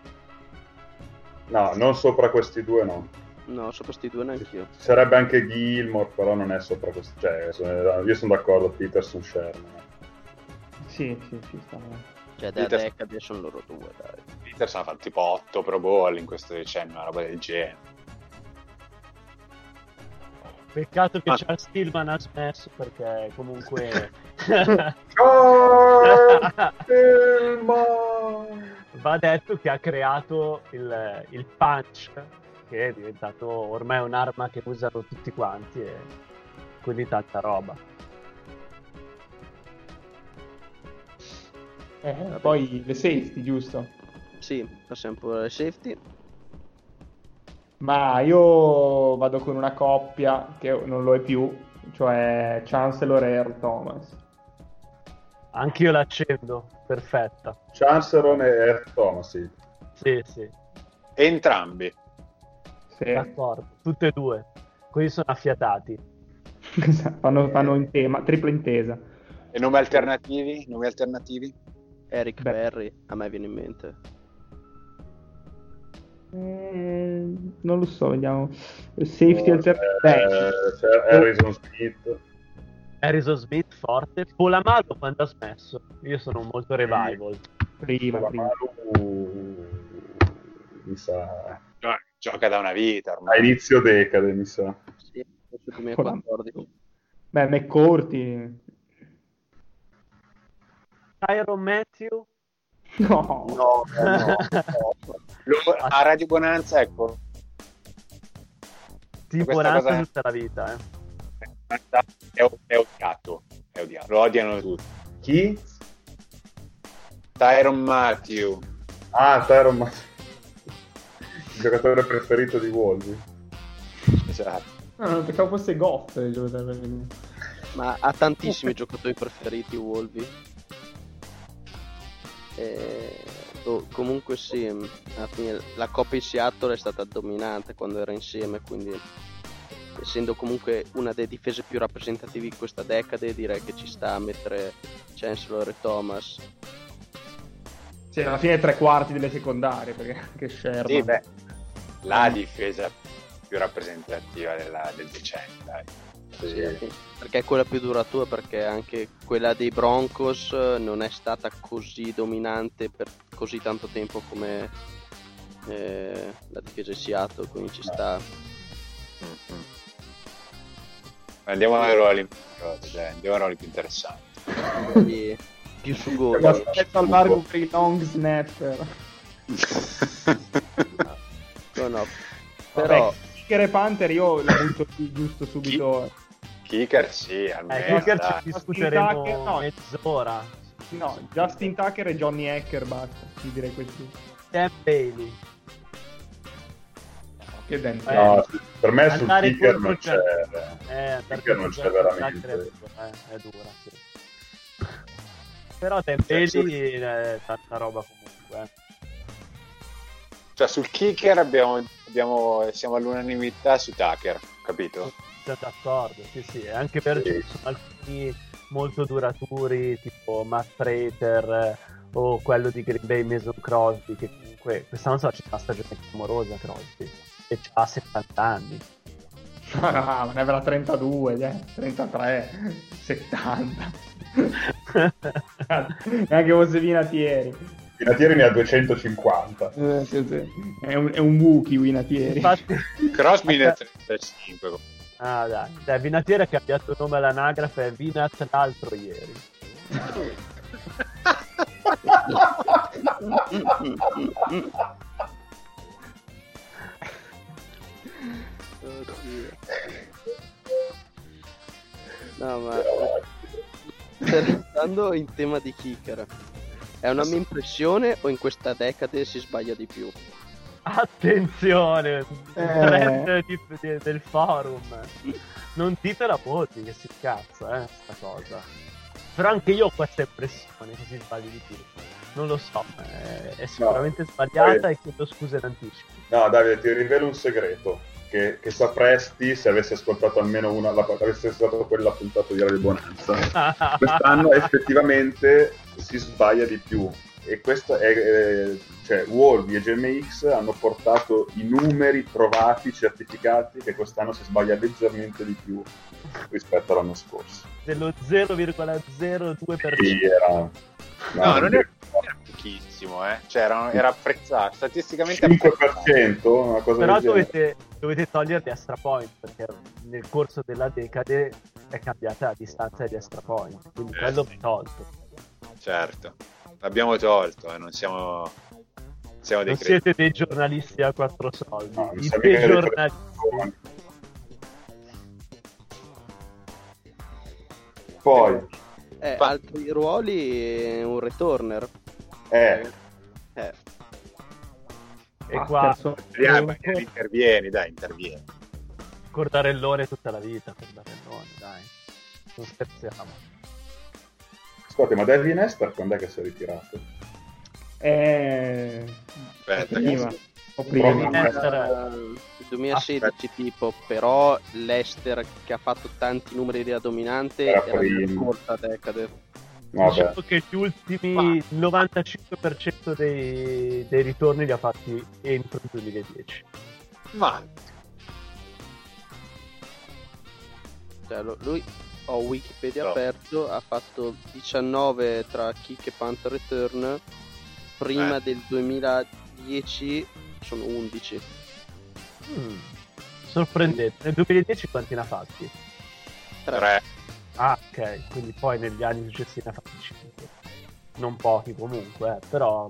no, non sopra questi due, no. No, sopra sti due neanch'io. Ci sarebbe anche Gilmore, però non è sopra questi. Cioè, io sono d'accordo, Peterson, Sherman. Sì, sta... Cioè, da Peterson. decade sono loro due, dai. Peterson ha fatto tipo 8 Pro Bowl in questo decennio, una roba del genere. Peccato che Ah. Charles Tillman ha smesso, perché comunque... Va detto che ha creato il punch, che è diventato ormai un'arma che usano tutti quanti, e quindi tanta roba. Poi le safety, giusto? Sì, passiamo pure alle safety. Ma io vado con una coppia che non lo è più, cioè Chancellor e Earl Thomas. Anch'io l'accendo, perfetta. Chanceron e Earl Thomas, sì. Sì, sì, Entrambi. Sì. d'accordo, tutte e due. Così sono affiatati. fanno in tema, tripla intesa. E nomi alternativi? Nomi alternativi? Eric Beh. Berry, a me viene in mente. Non lo so, vediamo. Safety alternative. C'è Harrison Smith. Harrison Smith forte. Polamalu quando ha smesso. Io sono molto revival. Prima. Mi sa. No, gioca da una vita A ormai. inizio decade, mi sa. Sì, forse 2014. Beh, McCourty. Tyron Matthew. No. No. A Radio Bonanza, ecco. Tipo Questa Bonanza cosa- tutta la vita, È odiato. È odiato. Lo odiano tutti. Chi? Tyron Matthew. Ah, Tyron Matthew. Il giocatore preferito di Wolves. Esatto. No, non pensavo fosse Goff il giocatore preferito. Ma ha tantissimi giocatori preferiti Wolvi. Comunque sì, alla fine la Coppa in Seattle è stata dominante quando era insieme, quindi essendo comunque una delle difese più rappresentative di questa decade, direi che ci sta a mettere Chancellor e Thomas. Sì, alla fine 3/4 delle secondarie, perché anche Sherman. Sì, beh, la difesa più rappresentativa del decennio, dai. Sì, perché è quella più duratura, perché anche quella dei Broncos non è stata così dominante per così tanto tempo come la difesa di Seattle, quindi ci sta. Andiamo ai ruoli più interessanti. Quindi più su gol. Aspetta al largo per i long snapper. No, Però però Kicker e Panther io la butto giusto subito. Kicker sì, almeno. Kicker dai. ci discuteremo Tucker, no. mezz'ora. No, Justin Tucker e Johnny Hacker, basta. Ti direi questi. Sam Bailey. Che dente. No, per me sul Andare kicker contro non c'è. andare Kicker non contro c'è Tucker veramente. è dura, sì. Però Sam Bailey è tanta roba comunque. Cioè sul kicker siamo all'unanimità su Tucker, capito? Sono d'accordo, sì, anche perché ci sono alcuni molto duraturi, tipo Matt Prater o quello di Green Bay Mason Crosby, che comunque quest'anno c'è una stagione clamorosa Crosby, e ha 70 anni. Ma ne avrà 32, 33, 70. Neanche fosse Vinatieri. Vinatieri ne ha 250. Sì. È un Wookie Vinatieri. Infatti, Crosby nel 35. Ah dai, Vinatieri ha cambiato nome all'anagrafe, è Vinat l'altro ieri. Oddio. No, ma restando in tema di kicker, è una mia impressione o in questa decade si sbaglia di più? Attenzione, trend del forum. Non dite la voti che si cazza, sta cosa. Però anche io ho questa impressione che si sbagli di più. Non lo so, è sicuramente sbagliata e chiedo scusa in anticipo. No, Davide, ti rivelo un segreto. Che sapresti se avessi ascoltato almeno avessi ascoltato quella puntata di Radio Bonanza. Quest'anno effettivamente si sbaglia di più. E questo cioè Wolvi e GMX hanno portato i numeri provati, certificati, che quest'anno si sbaglia leggermente di più rispetto all'anno scorso. Dello 0,02%. Sì, era non era pochissimo, cioè era apprezzato, statisticamente 5%, una cosa però del genere. dovete togliere gli extra point, perché nel corso della decade è cambiata la distanza degli extra point, quindi quello sì. è tolto. Certo, l'abbiamo tolto, non siamo dei Non credi. siete dei giornalisti a quattro soldi, No, non i siamo mica dei giornalisti. Poi Altri ruoli, un returner. E qua Intervieni. Cordarellone tutta la vita, Cordarellone, dai, non scherziamo. Scusate, ma Devin Hester quando è che si è ritirato? Aspetta, Prima. O Proprio prima. Leicester, 2016 tipo, però l'Ester che ha fatto tanti numeri da dominante Era era nella prima. scorsa decade. Vabbè. diciamo che gli ultimi il 95% dei ritorni li ha fatti entro il 2010. ma Cioè, lui, ho Wikipedia No. aperto, ha fatto 19 tra kick e punt return, prima del 2010 sono 11. Sorprendente. Nel 2010 quanti ne ha fatti? 3. Ah, ok, quindi poi negli anni successivi ne ha fatti 5. Non pochi comunque, però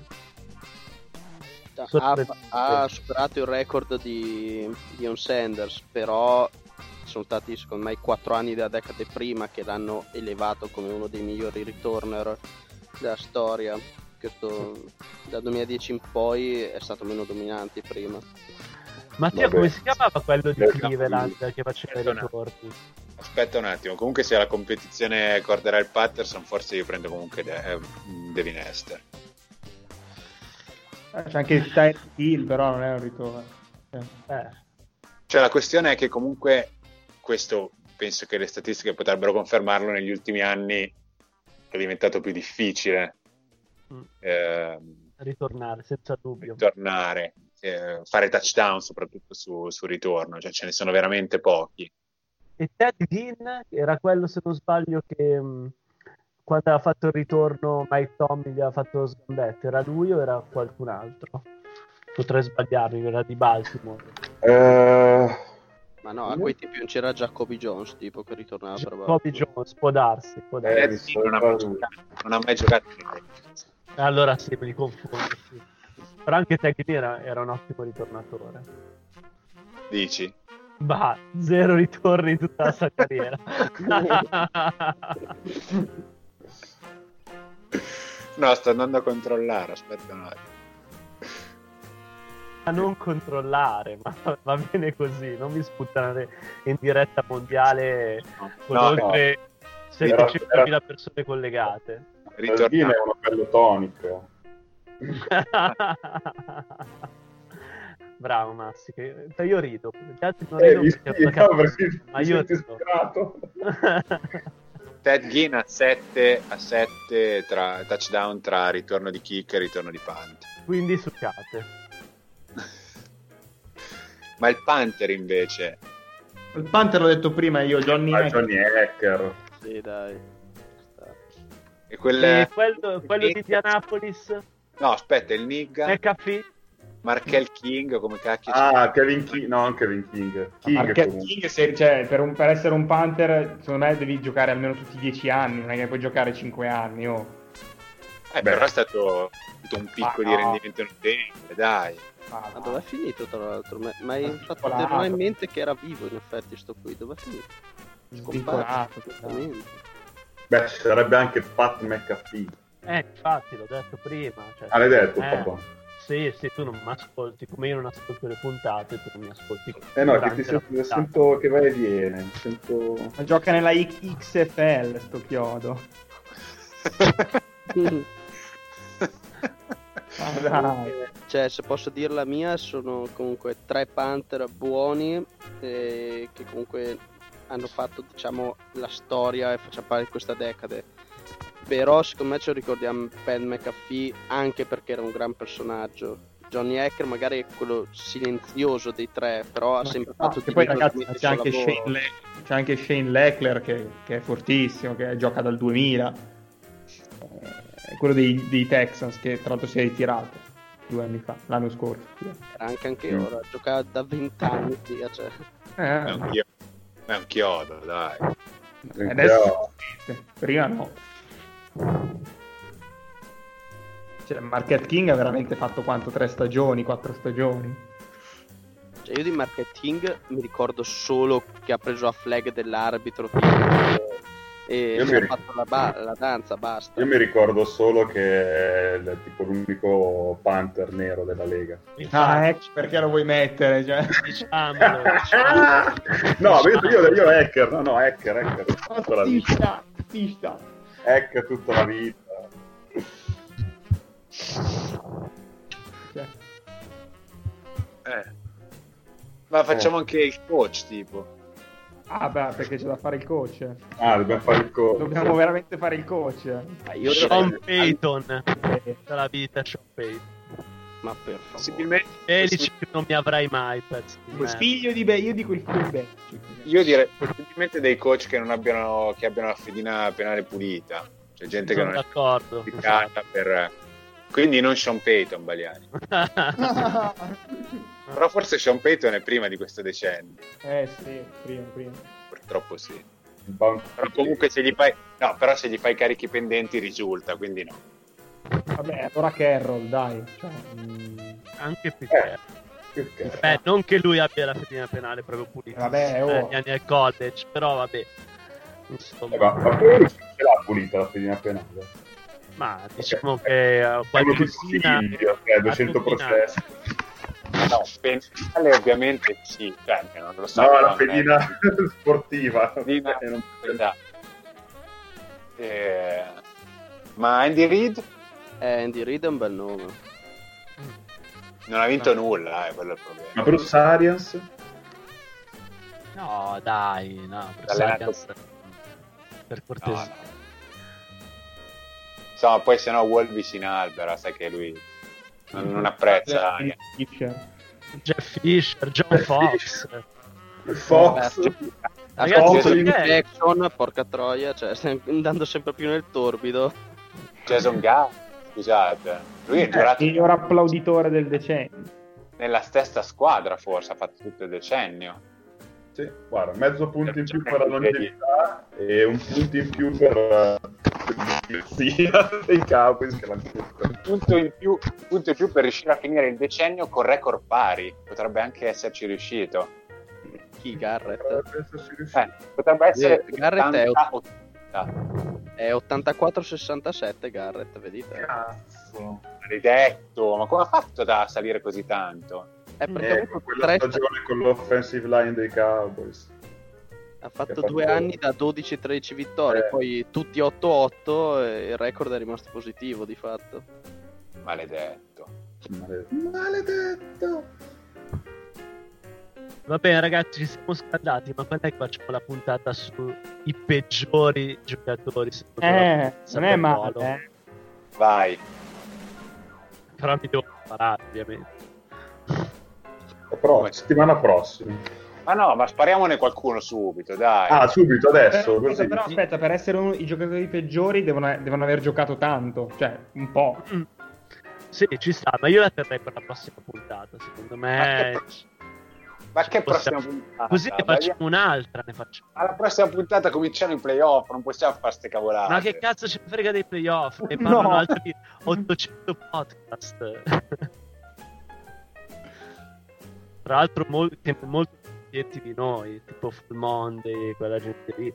Ha superato il record di Dion Sanders, però sono stati secondo me i 4 anni della decade prima che l'hanno elevato come uno dei migliori returner della storia. Questo dal 2010 in poi è stato meno dominante prima. Mattia, Vabbè. come si chiamava quello di Del Cleveland che faceva i ritorni? Aspetta un attimo, comunque se la competizione Cordarell Patterson, forse io prendo comunque Devin Hester. C'è anche il Tyreek Hill, però non è un ritorno. Cioè la questione è che comunque questo, penso che le statistiche potrebbero confermarlo, negli ultimi anni è diventato più difficile Ritornare, senza dubbio. tornare, fare touchdown soprattutto su ritorno, cioè ce ne sono veramente pochi. E Ted Ginn era quello, se non sbaglio, che quando aveva fatto il ritorno Mike Tommy gli aveva fatto lo sgambetto. Era lui o era qualcun altro? Potrei sbagliarmi, era di Baltimore. Ma no, a quei tempi non c'era Jacoby Jones tipo che ritornava per Bobby Jones, può darsi. Non ha mai giocato. Allora sì, me li confondo. Sì. Però anche Ted Ginn era un ottimo ritornatore. Dici? Bah, 0 ritorni in tutta la sua carriera. No, sto andando a controllare, aspetta un attimo. A non controllare, ma va bene così, non mi sputtare in diretta mondiale con No, oltre 700.000 persone collegate. Ritorno è uno bello tonico. Bravo Massi, io rido, gli altri non ridono ma io rido. Ted Ginn a 7 tra touchdown tra ritorno di kick e ritorno di punt. Quindi succate. Ma il punter invece, Il Panther l'ho detto prima io, Johnny Hacker. Sì, dai. e Quello di Indianapolis, no, aspetta, il Nigga. McAfee. Markel King, come cacchio Kevin King, no, non Kevin King. Marquette comunque. King, per essere un Panther, secondo me devi giocare almeno tutti i 10 anni, non è che puoi giocare 5 anni. Però è stato tutto un picco di rendimento notevole, dai. Ma dove è finito, tra l'altro? Ma hai fatto Vincolato. tenere in mente che era vivo, in effetti, sto qui. Dove è finito? Vincolato. Completamente. Beh, ci sarebbe anche Pat McAfee. Infatti, l'ho detto prima. Cioè, L'hai detto, papà? Sì, tu non mi ascolti, come io non ascolto le puntate, tu non mi ascolti. No, che ti sento che vai e viene. Ma gioca nella XFL, sto chiodo. Dai. Cioè, se posso dire la mia, sono comunque 3 Panther buoni che comunque hanno fatto, diciamo, la storia e facciano parte di questa decade. Però secondo me ce lo ricordiamo Pat McAfee anche perché era un gran personaggio. Johnny Hacker magari è quello silenzioso dei 3, però ha sempre fatto che poi diritto ragazzi il c'è anche, lavoro. c'è anche Shane Leckler che è fortissimo, che gioca dal 2000, è quello dei Texans, che tra l'altro si è ritirato 2 anni fa, l'anno scorso. Era anche ora, giocava da 20 anni via, cioè. È un chiodo, dai. Adesso prima no. Cioè, Marquette King ha veramente fatto quanto? 3 stagioni, 4 stagioni? Cioè, io di Marquette King mi ricordo solo che ha preso a flag dell'arbitro e ha fatto la danza, basta. Io mi ricordo solo che è tipo l'unico Panther nero della Lega. Perché lo vuoi mettere? Cioè? Diciamolo. No, io Hacker, Hacker tutta la vita. Hacker tutta la vita. Cioè. Ma facciamo anche il coach, tipo. Perché c'è da fare il coach. Dobbiamo fare il coach. Dobbiamo veramente fare il coach. Io Sean Payton dalla vita, Sean Payton. Ma per favore. Possibilmente Dici che non mi avrai mai, pezzo di merda. Figlio di io dico il figlio di Belichick. io direi possibilmente dei coach che non abbiano la fedina penale pulita. C'è gente che Sono non è d'accordo. giustificata per... Quindi non Sean Payton, Baliani. Però forse Sean Payton è prima di questo decennio. Sì, prima. Purtroppo sì. Però comunque se gli fai carichi pendenti risulta, quindi no. Vabbè, allora Carroll, dai. Cioè, Anche perché non che lui abbia la fedina penale proprio pulita. Vabbè, negli anni al college, però vabbè. Insomma. Ma poi ce l'ha pulita la fedina penale. Ma diciamo che qualcosina che ha 200 processi. No, penale ovviamente sì, cioè, non lo so. No, la pedina sportiva. Ma Andy Reid? Andy Reid è un bel nome. Non ha vinto nulla, quello è il problema. Ma Bruce Arians? no, dai, no, per cortesia. No. Insomma, poi se no Wolvis in albera, sai che lui non apprezza. Jeff Fisher, John Fox. Fox. Ragazzi, Jackson, porca troia, cioè stai andando sempre più nel torbido. Jason Garrett, scusate. Lui è durato il miglior applauditore del decennio. nella stessa squadra, forse ha fatto tutto il decennio. Sì, guarda, mezzo punto in più per la longevità e un punto in più per dei Cowboys che l'hanno detto. Punto in più per riuscire a finire il decennio con record pari. Potrebbe anche esserci riuscito. Chi? Garrett? Potrebbe essere Garrett 80. è 84-67 Garrett, vedete? Cazzo, maledetto, ma come ha fatto da salire così tanto? Perché quella stagione con l'offensive line dei Cowboys ha fatto 2 anni da 12-13 vittorie, poi tutti 8-8 e il record è rimasto positivo di fatto. Maledetto. Va bene ragazzi, ci siamo scaldati, ma quando è che facciamo la puntata sui peggiori giocatori? Non è male, Vai. Però mi devo preparare, ovviamente. Però settimana prossima. Ma no, ma spariamone qualcuno subito, dai. Subito, adesso. Così. Però aspetta, per essere i giocatori peggiori devono aver giocato tanto, cioè un po'. Sì, ci sta, ma io la terrei per la prossima puntata, secondo me. Ma che prossima puntata? Così ne facciamo un'altra, ne facciamo. Alla prossima puntata cominciano i playoff, non possiamo fare ste cavolate. Ma che cazzo ci frega dei playoff? Ne parlano altri 800 podcast. Tra l'altro molto clienti di noi, tipo Full Monday, quella gente lì.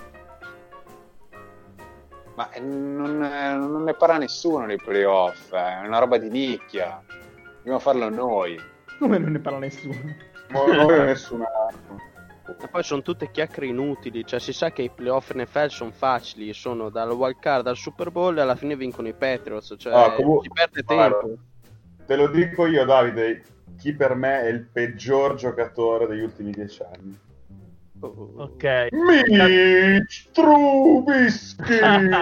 Ma non ne parla nessuno nei playoff, è una roba di nicchia. Dobbiamo farlo noi. Come non ne parla nessuno? Nessuna. E poi sono tutte chiacchiere inutili, cioè si sa che i playoff NFL sono facili, sono dal wild card al Super Bowl e alla fine vincono i Patriots, cioè si perde tempo. Te lo dico io, Davide, chi per me è il peggior giocatore degli ultimi 10 anni. Ok. Mitch Trubisky!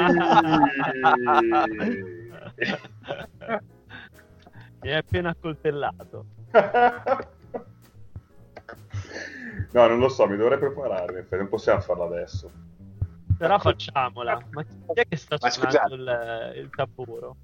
Mi hai appena accoltellato. No, non lo so, mi dovrei preparare, non possiamo farla adesso. Però facciamola. Ma chi è che sta suonando il tamburo?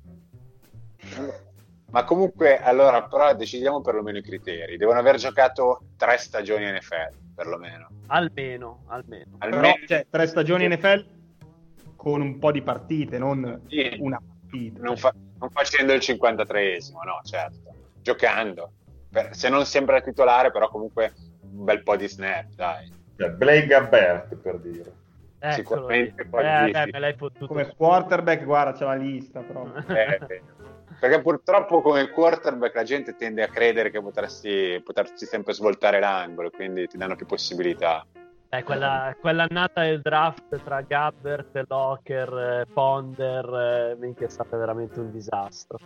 Ma comunque, allora, però decidiamo perlomeno i criteri. Devono aver giocato 3 stagioni NFL, perlomeno. Almeno. Però, cioè, 3 stagioni NFL con un po' di partite, non una partita. Non facendo il 53esimo, no, certo. Giocando. Se non sembra titolare, però comunque un bel po' di snap, dai. Blake Gabbert, per dire. Sicuramente poi me l'hai fottuto. Come quarterback, guarda, c'è la lista, però. Perché purtroppo come quarterback la gente tende a credere che potresti sempre svoltare l'angolo, quindi ti danno più possibilità. Quell'annata del draft tra Gabbert, Locker, Ponder, minchia, è stato veramente un disastro.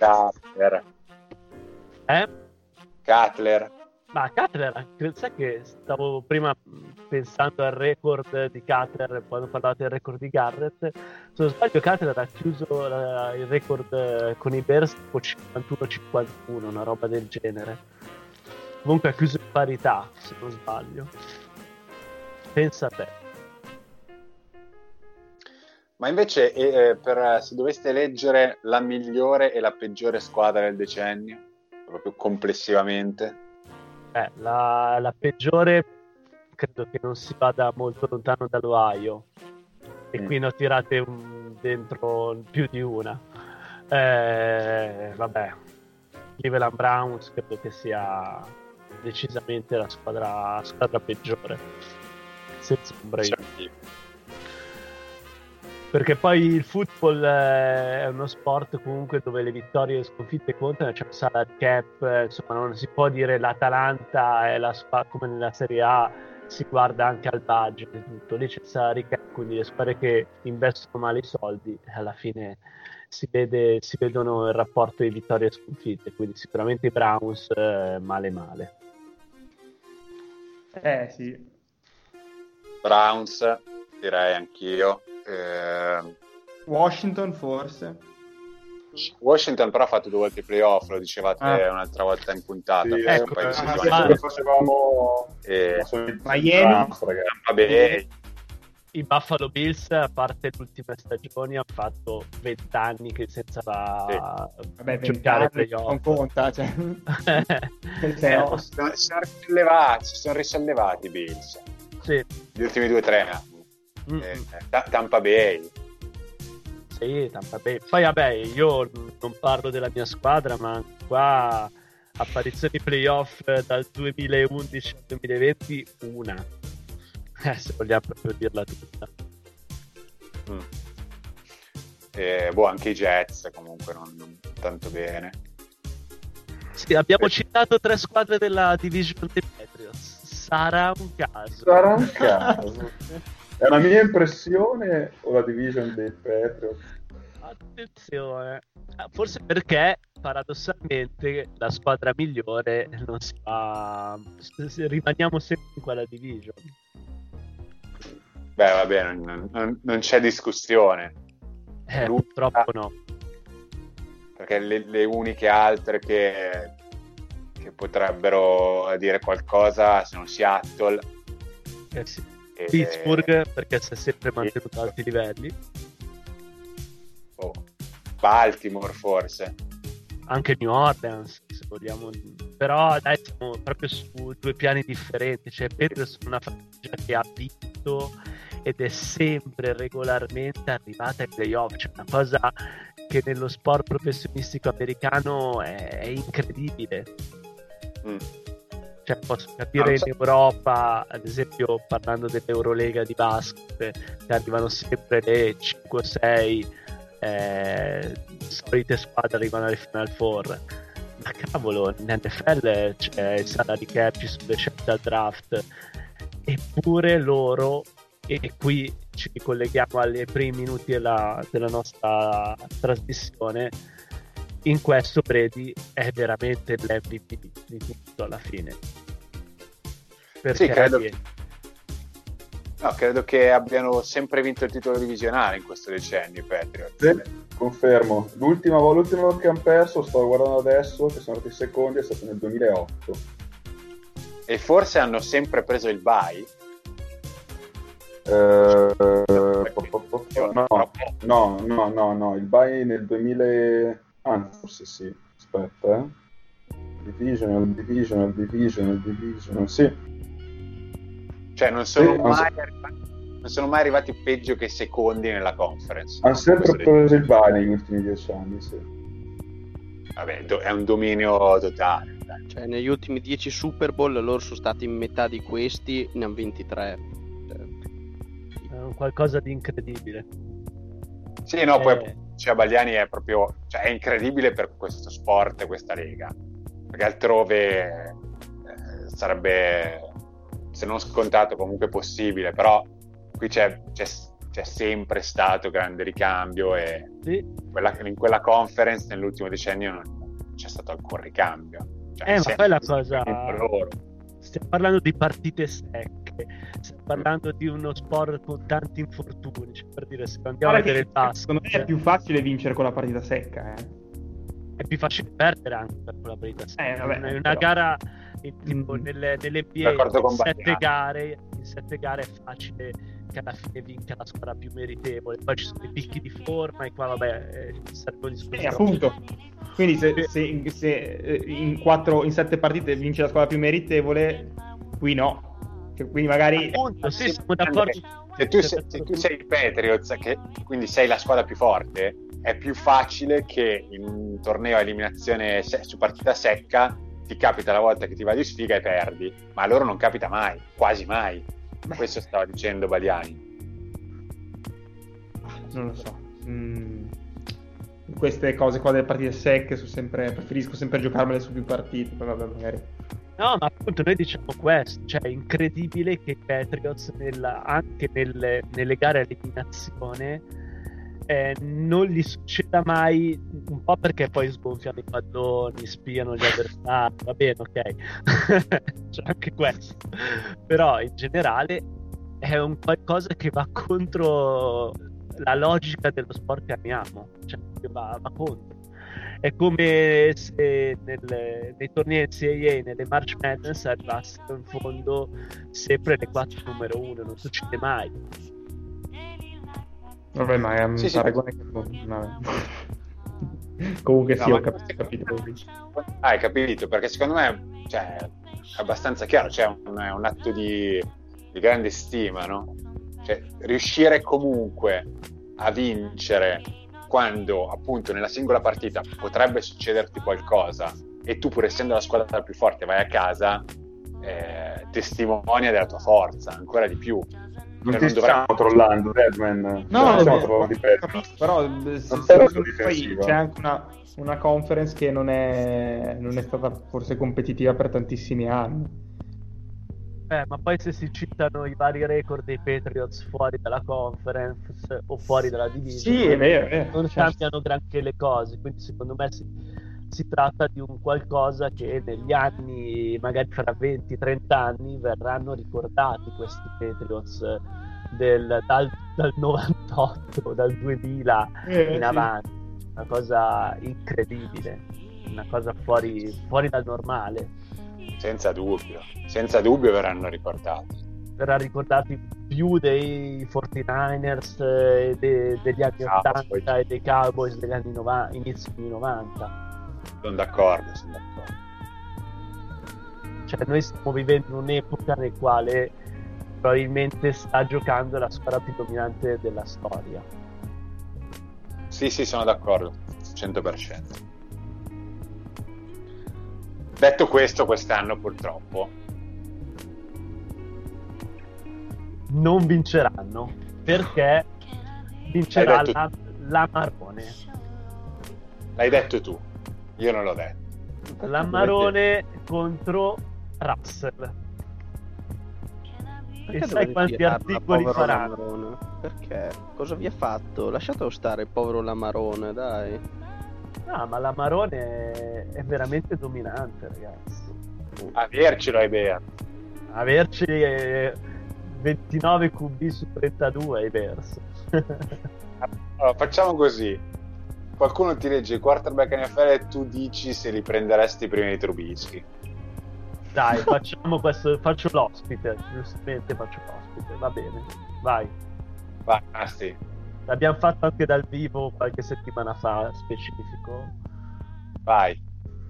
Cutler. Ma Cutler, sai che stavo prima pensando al record di Cutler quando parlate del record di Garrett. Se non sbaglio, Cutler ha chiuso il record con i Bears tipo 51-51, una roba del genere. Comunque ha chiuso in parità, se non sbaglio. Pensa a te. Ma invece se doveste eleggere la migliore e la peggiore squadra del decennio, proprio complessivamente? La peggiore credo che non si vada molto lontano dall'Ohio, e qui ne ho tirate dentro più di una. Vabbè, Cleveland Browns credo che sia decisamente la squadra peggiore, senza ombra di dubbio. Perché poi il football è uno sport comunque dove le vittorie e le sconfitte contano, c'è un salary cap, insomma non si può dire l'Atalanta è come nella Serie A si guarda anche al budget e tutto, lì c'è il salary cap, quindi le squadre che investono male i soldi alla fine si vedono il rapporto di vittorie e sconfitte, quindi sicuramente i Browns male. Sì. Browns, direi anch'io. Washington forse. Washington però ha fatto 2 volte i playoff, lo dicevate un'altra volta in puntata. Sì, ecco, facevamo Miami. Vabbè, i Buffalo Bills, a parte le ultime stagioni, hanno fatto 20 anni che senza giocare ai playoff. Non conta, cioè. Si sono risollevati i Bills. Sì. Gli ultimi 2 o 3 anni. Tampa Bay. Sì, Tampa Bay. Poi vabbè, io non parlo della mia squadra, ma qua apparizioni playoff dal 2011 al 2020 una. Se vogliamo proprio dirla tutta. Anche i Jets comunque non tanto bene. Sì, abbiamo citato 3 squadre della division dei Patriots. Sarà un caso. È una mia impressione o la division dei Patriots? Attenzione, forse perché paradossalmente la squadra migliore non si fa, rimaniamo sempre in quella division. Beh, va bene, non c'è discussione. Purtroppo no. Perché le uniche altre che potrebbero dire qualcosa sono Seattle. Sì. Pittsburgh, perché si è sempre mantenuto a alti livelli. Baltimore forse. anche New Orleans, se vogliamo, però dai, siamo proprio su due piani differenti. Cioè Patriots è una franchigia che ha vinto ed è sempre regolarmente arrivata ai playoff, cioè una cosa che nello sport professionistico americano è incredibile. Cioè, posso capire in Europa, ad esempio parlando dell'Eurolega di basket, che arrivano sempre le 5-6 solite squadre arrivano alle Final Four, ma cavolo, in NFL c'è il salary cap, ci sono le scelte al draft, eppure loro, e qui ci ricolleghiamo ai primi minuti della nostra trasmissione, in questo Brady è veramente l'MVP di tutto alla fine. Perché sì, credo che abbiano sempre vinto il titolo divisionale in questo decennio i Patriots. Sì, confermo. L'ultima volta che hanno perso, sto guardando adesso, che sono stati secondi, è stato nel 2008. E forse hanno sempre preso il bye? No, il bye nel 2000... forse sì, aspetta, Divisional, sì. Cioè non sono mai arrivati peggio che secondi nella conference. Hanno sempre preso il bye negli ultimi 10 anni, sì. Vabbè, è un dominio totale. Cioè negli ultimi 10 Super Bowl loro sono stati in metà di questi, ne hanno 23. È qualcosa di incredibile. Sì, no, poi Bagliani è proprio, cioè, è incredibile per questo sport, questa lega, perché altrove sarebbe, se non scontato, comunque possibile, però qui c'è sempre stato grande ricambio e sì. In quella conference nell'ultimo decennio non c'è stato alcun ricambio. Cioè, ma poi la cosa, loro. Stiamo parlando di partite secche, stiamo parlando di uno sport con tanti infortuni, cioè, per dire, se andiamo a vedere il basket, secondo me è più facile vincere con la partita secca, è più facile perdere anche per quella partita secca. Vabbè, una però... gara tipo nell'NBA in 7 gare è facile che alla fine vinca la squadra più meritevole, poi ci sono i picchi di forma e qua vabbè servono discussioni. Appunto, quindi se in 7 partite vince la squadra più meritevole, qui no, quindi magari appunto, sì, siamo d'accordo. Se tu sei i Patriots, che quindi sei la squadra più forte, è più facile che in un torneo a eliminazione su partita secca ti capita la volta che ti vai di sfiga e perdi, ma a loro non capita mai, quasi mai. Questo stava dicendo Bagliani. Non lo so. Queste cose qua delle partite secche preferisco sempre giocarmele su più partite, però vabbè, magari. No, ma appunto noi diciamo questo, cioè è incredibile che i Patriots anche nelle gare a eliminazione non gli succeda mai, un po' perché poi sgonfiano i palloni, spiano gli avversari, va bene, ok, c'è anche questo, però in generale è un qualcosa che va contro la logica dello sport che amiamo, cioè che va contro. È come se nei tornei NCAA, nelle March Madness, arrivassero in fondo sempre le 4 numero 1, non succede mai. Vabbè, ma è un paragone che comunque sì, ho capito. Hai capito, perché secondo me è abbastanza chiaro, è un atto di grande stima, no? Cioè, riuscire comunque a vincere quando appunto nella singola partita potrebbe succederti qualcosa e tu, pur essendo la squadra più forte, vai a casa, testimonia della tua forza ancora di più. Non ti stiamo trollando, Deadman. No, stiamo trovando di peggio. Però poi c'è anche una conference che non è stata forse competitiva per tantissimi anni. Ma poi se si citano i vari record dei Patriots fuori dalla conference o fuori dalla division, sì, è vero, non cambiano granché le cose, quindi secondo me si tratta di un qualcosa che negli anni, magari fra 20-30 anni, verranno ricordati questi Patriots dal 98, dal 2000 in avanti. Una cosa incredibile, una cosa fuori dal normale. Senza dubbio verranno ricordati. Verrà ricordati più dei 49ers degli anni 80 e dei Cowboys degli anni 90, inizio anni 90. Sono d'accordo. Cioè, noi stiamo vivendo un'epoca nel quale probabilmente sta giocando la squadra più dominante della storia. Sì, sono d'accordo, 100%. Detto questo, quest'anno purtroppo non vinceranno, perché vincerà Hai detto la Marone. l'hai detto tu, io non l'ho detto. La Marone contro Russell. Perché E sai dovete quanti tirarla, articoli povero faranno? Lamarone? Perché? Cosa vi ha fatto? Lasciatelo stare, povero Lamarone, dai. No, ma la Marone è veramente dominante, ragazzi. Avercelo ai Bears. Averci 29 QB su 32 ai Bears. Allora, facciamo così. Qualcuno ti legge il quarterback NFL e tu dici se li prenderesti prima di Trubisky. Dai, facciamo questo, faccio l'ospite, giustamente faccio l'ospite, va bene, vai. Basti. L'abbiamo fatto anche dal vivo qualche settimana fa, specifico. Vai.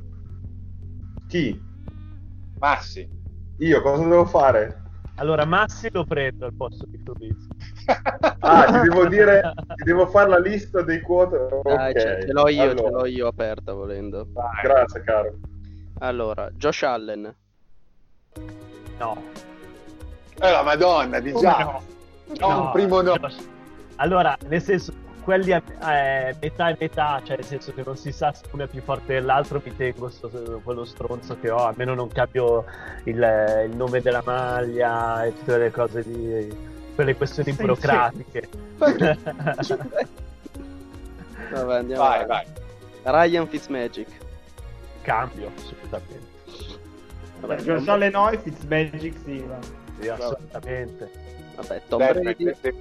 Chi? Massi. Io cosa devo fare? Allora, Massi lo prendo al posto di Trubisky. Ah, ti devo dire, ti devo fare la lista dei quote. Dai, Ok, ce l'ho io, allora. ce l'ho io aperta volendo. Vai. Grazie, caro. Allora, Josh Allen. No. La Madonna, di Come già. no? Ho un primo no. Allora, nel senso, quelli a metà e metà, cioè nel senso che non si sa se uno è più forte dell'altro, mi tengo quello stronzo che ho, almeno non cambio il nome della maglia e tutte le cose di quelle questioni Sei burocratiche. Vabbè, andiamo Vai, avanti. vai. Ryan Fitzmagic. Cambio, assolutamente. Vabbè, Josh Allen no, e Fitzmagic sì, va. Sì, assolutamente. vabbè, Tom Dai, Brady. dai.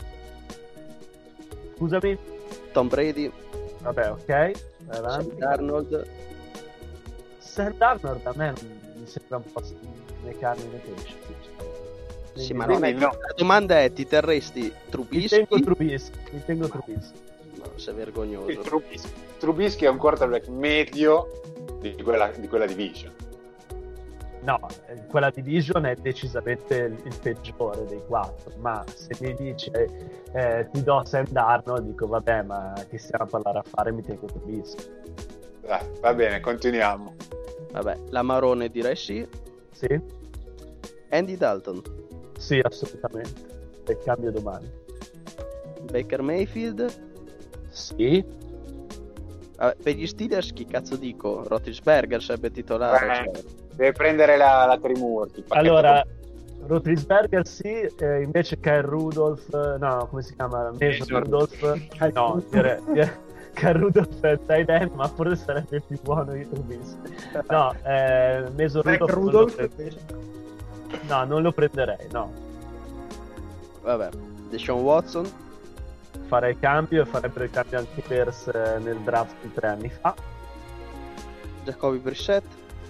Scusami? Tom Brady. Vabbè, ok. Vai Sam avanti. Darnold. Sam Darnold a me mi sembra un po' nei carni e nei pesci. Sì, ma Quindi non è... no. La domanda è: ti terresti Mi Trubisky? tengo Trubisky. No, sei vergognoso. Trubisky è un quarterback medio di quella division. No, quella division è decisamente il peggiore dei quattro, ma se mi dici ti do Sam Darnold, dico vabbè, ma che stiamo a parlare a fare, mi tengo Trubisky. Dai, va bene, continuiamo. Vabbè, la Marone direi sì. Sì? Andy Dalton. Sì, assolutamente. E cambio domani. Baker Mayfield. Sì? Vabbè, per gli Steelers chi cazzo dico? Roethlisberger sarebbe titolare. Cioè. Deve prendere la Trimurti. Allora, Roethlisberger sì, invece Kyle Rudolph, no, come si chiama? Mason Rudolph. No, direi Kyle Rudolph è tight end, ma forse sarebbe più buono di Trubisky. No, Mason Zach Rudolph. Rudolph No, non lo prenderei, no. Vabbè, Deshaun Watson. Farei cambio e farebbero il cambio anche i Bears nel draft di 3 anni fa. Jacoby Brissett.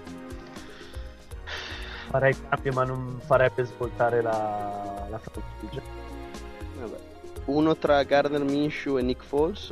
Farei cambio, ma non farebbe svoltare la franchigia. Vabbè. Uno tra Gardner Minshew e Nick Foles.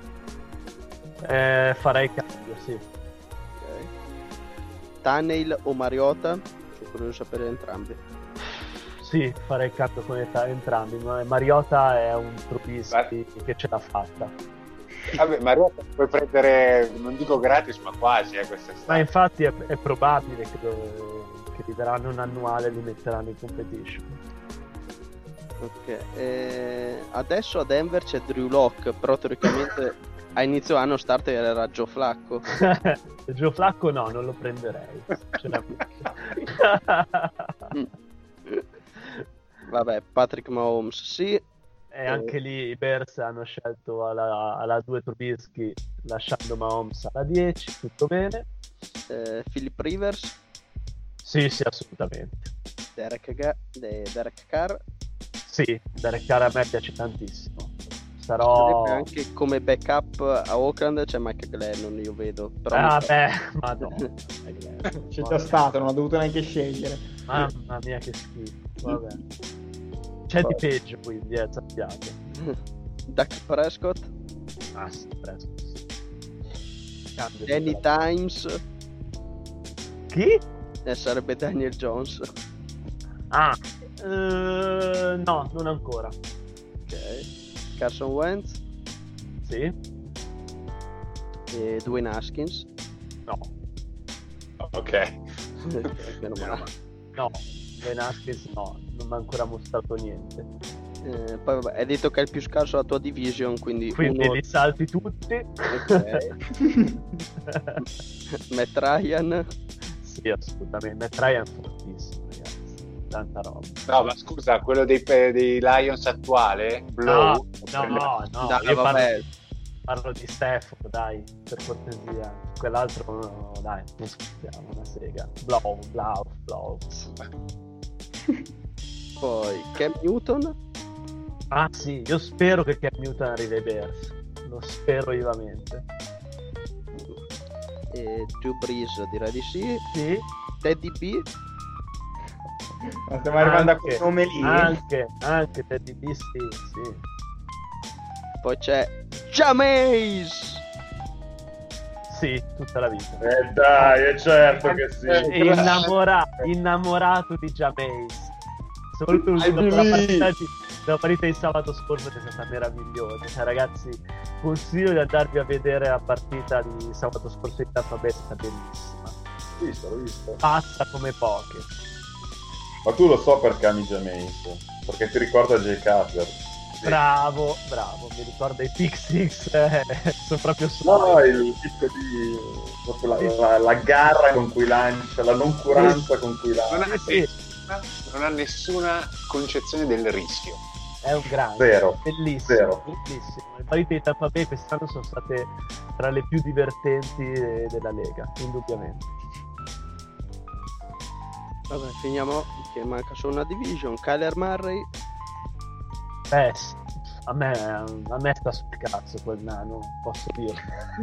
Farei cambio, sì. Ok. Tannehill o Mariota. Sono curioso di sapere entrambi. Sì, farei cambio con entrambi. Ma Mariota è un Trubisky che ce l'ha fatta. Vabbè, Mariota puoi prendere, non dico gratis, ma quasi Ma quest'estate. infatti è probabile che gli daranno un annuale e li metteranno in competition. Ok. Adesso a Denver c'è Drew Lock, però teoricamente a inizio anno starter era Joe Flacco. Joe Flacco no, non lo prenderei. Ce l'ha Vabbè, Patrick Mahomes sì. E anche lì i Bears hanno scelto alla 2 Trubisky, lasciando Mahomes alla 10, tutto bene. Philip Rivers. Sì, assolutamente. Derek Carr. Sì, Derek Carr a me piace tantissimo. Sarebbe anche come backup a Oakland c'è Mike Glennon, io vedo. Però madonna. C'è già stato, non ho dovuto neanche scegliere. Mamma mia che schifo. Vabbè. C'è di peggio quindi, sappiate. Dak Prescott. Ah sì, Prescott. cambio. Danny Times, Chi? sarebbe Daniel Jones. No, non ancora. Ok. Carson Wentz Sì? e Dwayne Haskins. No. Ok. Meno male. No, Ben Haskins no, non mi ha ancora mostrato niente. Poi vabbè, hai detto che è il più scarso della tua division, quindi Quindi uno... li salti tutti. Ok. Matt Ryan. Sì, assolutamente. Matt Ryan è fortissimo, ragazzi. Tanta roba. No, ma scusa, quello dei Lions attuale? Blow? No, Dai, io vabbè. parlo di Stafford, dai, per cortesia. Quell'altro no, dai, non scherziamo, una sega. Blow. Poi Cam Newton. Ah sì, io spero che Cam Newton arrivi ai Bears. Lo spero vivamente. E Drew Brees direi di sì. Sì, Teddy B. Ma stiamo arrivando a quel nome lì. Anche Teddy B, sì. Poi c'è Jameis. Sì, tutta la vita. Dai, è certo che sì. Innamorato di Jameis. Soprattutto I dopo la believe. partita di sabato scorso che è stata meravigliosa. Cioè, ragazzi, consiglio di andarvi a vedere la partita di sabato scorso in Tampa Bay, è stata bellissima. L'ho visto. Pazza come poche. Ma tu lo so perché ami Jameis, perché ti ricorda Jay Cutler. Bravo, mi ricorda i pick six, sono proprio No, il tipo di proprio la garra con cui lancia, la noncuranza con cui lancia. Non ha nessuna concezione del rischio. È un grande, Zero. bellissimo, Zero. bellissimo. Le partite di Tampa Bay quest'anno sono state tra le più divertenti della Lega, indubbiamente. Vabbè, finiamo che manca solo una division. Kyler Murray. Sì, a me sta sul cazzo quel nano, posso dirlo.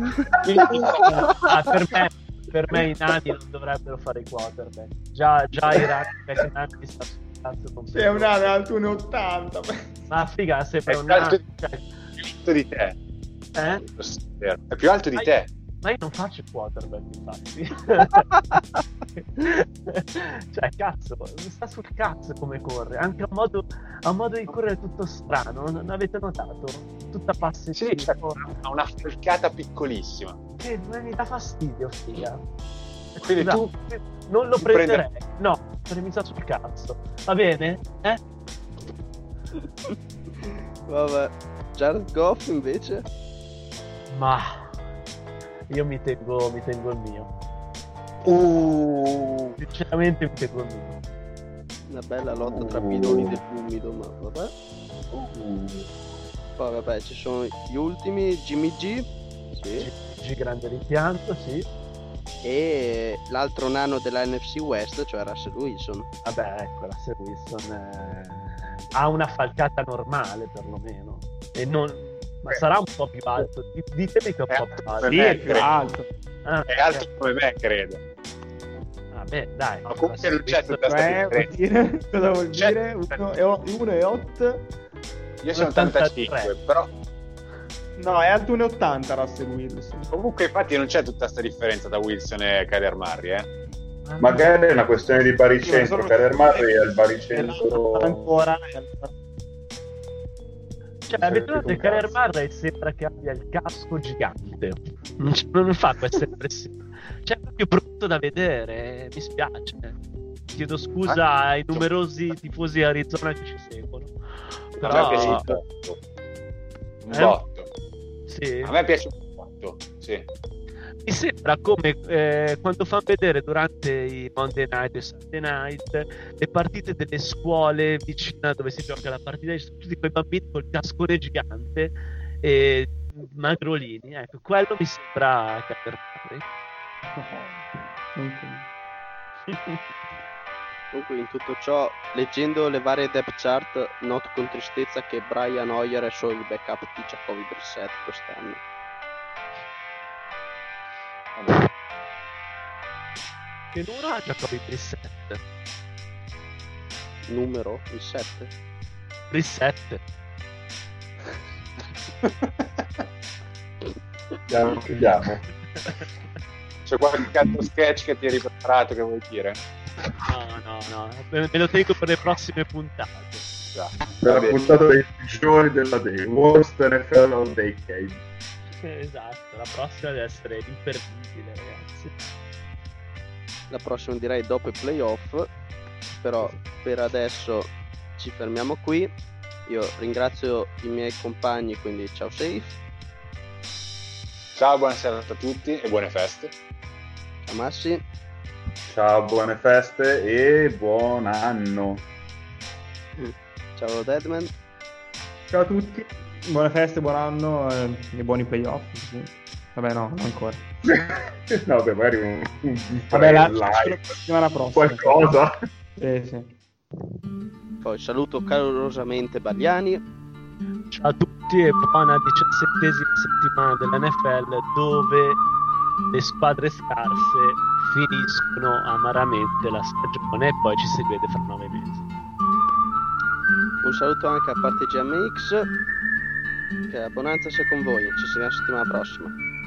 Per me i nani non dovrebbero fare i quarterback. Già i nani mi sta sul cazzo con C'è un nano alto 1,80. Ma figa, sembra È un più alto nano. Cioè, di te. È più alto di te. Ma io non faccio il quarterback, infatti. Cioè, cazzo, mi sta sul cazzo come corre. Anche a un modo di correre tutto strano, non avete notato? Tutta passi. Sì, ha una falcata piccolissima. Mi dà fastidio, figa. Quindi Scusa, tu non lo ti prenderei. No, perché mi sta sul cazzo. Va bene? Vabbè. Jared Goff invece. Ma io mi tengo il mio. Sinceramente mi tengo il mio. Una bella lotta tra piloni dell'umido, ma vabbè. Poi vabbè, ci sono gli ultimi, Jimmy G. Sì. G grande rimpianto, sì. E l'altro nano della NFC West, cioè Russell Wilson. Vabbè, ecco, la Russell Wilson ha una falcata normale perlomeno. E non... Ma sarà un po' più alto. Ditemi che è un po' più alto. Sì, è più alto. è alto come me, credo. Vabbè, dai. Ma comunque non c'è tutta sta Vuol differenza. dire, cosa vuol C'è- dire? 1,8. Io sono 83. 85, però No, è alto 1,80 Russell Wilson. comunque infatti non c'è tutta sta differenza tra Wilson e Kyler Murray, Magari è una questione di baricentro. Solo- Kyler Murray è il E baricentro. l'altro ancora. Cioè, avete notato che Kyler Murray sembra che abbia il casco gigante. Non fa questa impressione. Cioè, è proprio brutto da vedere. Mi spiace. Chiedo scusa ai numerosi tifosi di Arizona che ci seguono. A me piace Però, un botto. Un Eh? botto. sì. A me piace un botto, sì. Mi sembra come quando fanno vedere durante i Monday Night e Sunday Night le partite delle scuole vicino dove si gioca la partita, ci sono tutti quei bambini col cascone gigante e magrolini. Ecco, quello mi sembra Kyler Murray. Comunque in tutto ciò, leggendo le varie depth chart, noto con tristezza che Brian Hoyer è solo il backup di Jacoby Brissett quest'anno. Vabbè. Che numero ha Jacoby Brissett? Numero? Il 7? Brissett. Chiudiamo. C'è qualche altro sketch che ti hai preparato che vuoi dire? No, me lo tengo per le prossime puntate. Per la puntata dei peggiori della Day, Worst NFL of Decade. Esatto, la prossima deve essere imperdibile, ragazzi. La prossima direi dopo i playoff, però per adesso ci fermiamo qui. Io ringrazio i miei compagni, quindi ciao Safe. Ciao, buona serata a tutti e buone feste. Ciao Massi. Ciao, buone feste e buon anno. Ciao Deadman. Ciao a tutti, buone feste, buon anno e buoni playoff. Sì. Vabbè, no, non ancora. No, beh, magari un Vabbè, la live, settimana prossima. qualcosa. Sì. Poi saluto calorosamente Bagliani. Ciao a tutti e buona 17ª settimana dell'NFL, dove le squadre scarse finiscono amaramente la stagione e poi ci si vede fra 9 mesi. Un saluto anche a parte GMX, che la Bonanza sia con voi. Ci sentiamo la settimana prossima.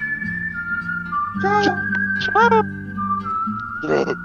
Ciao!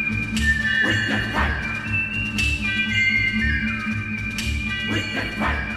We can fight.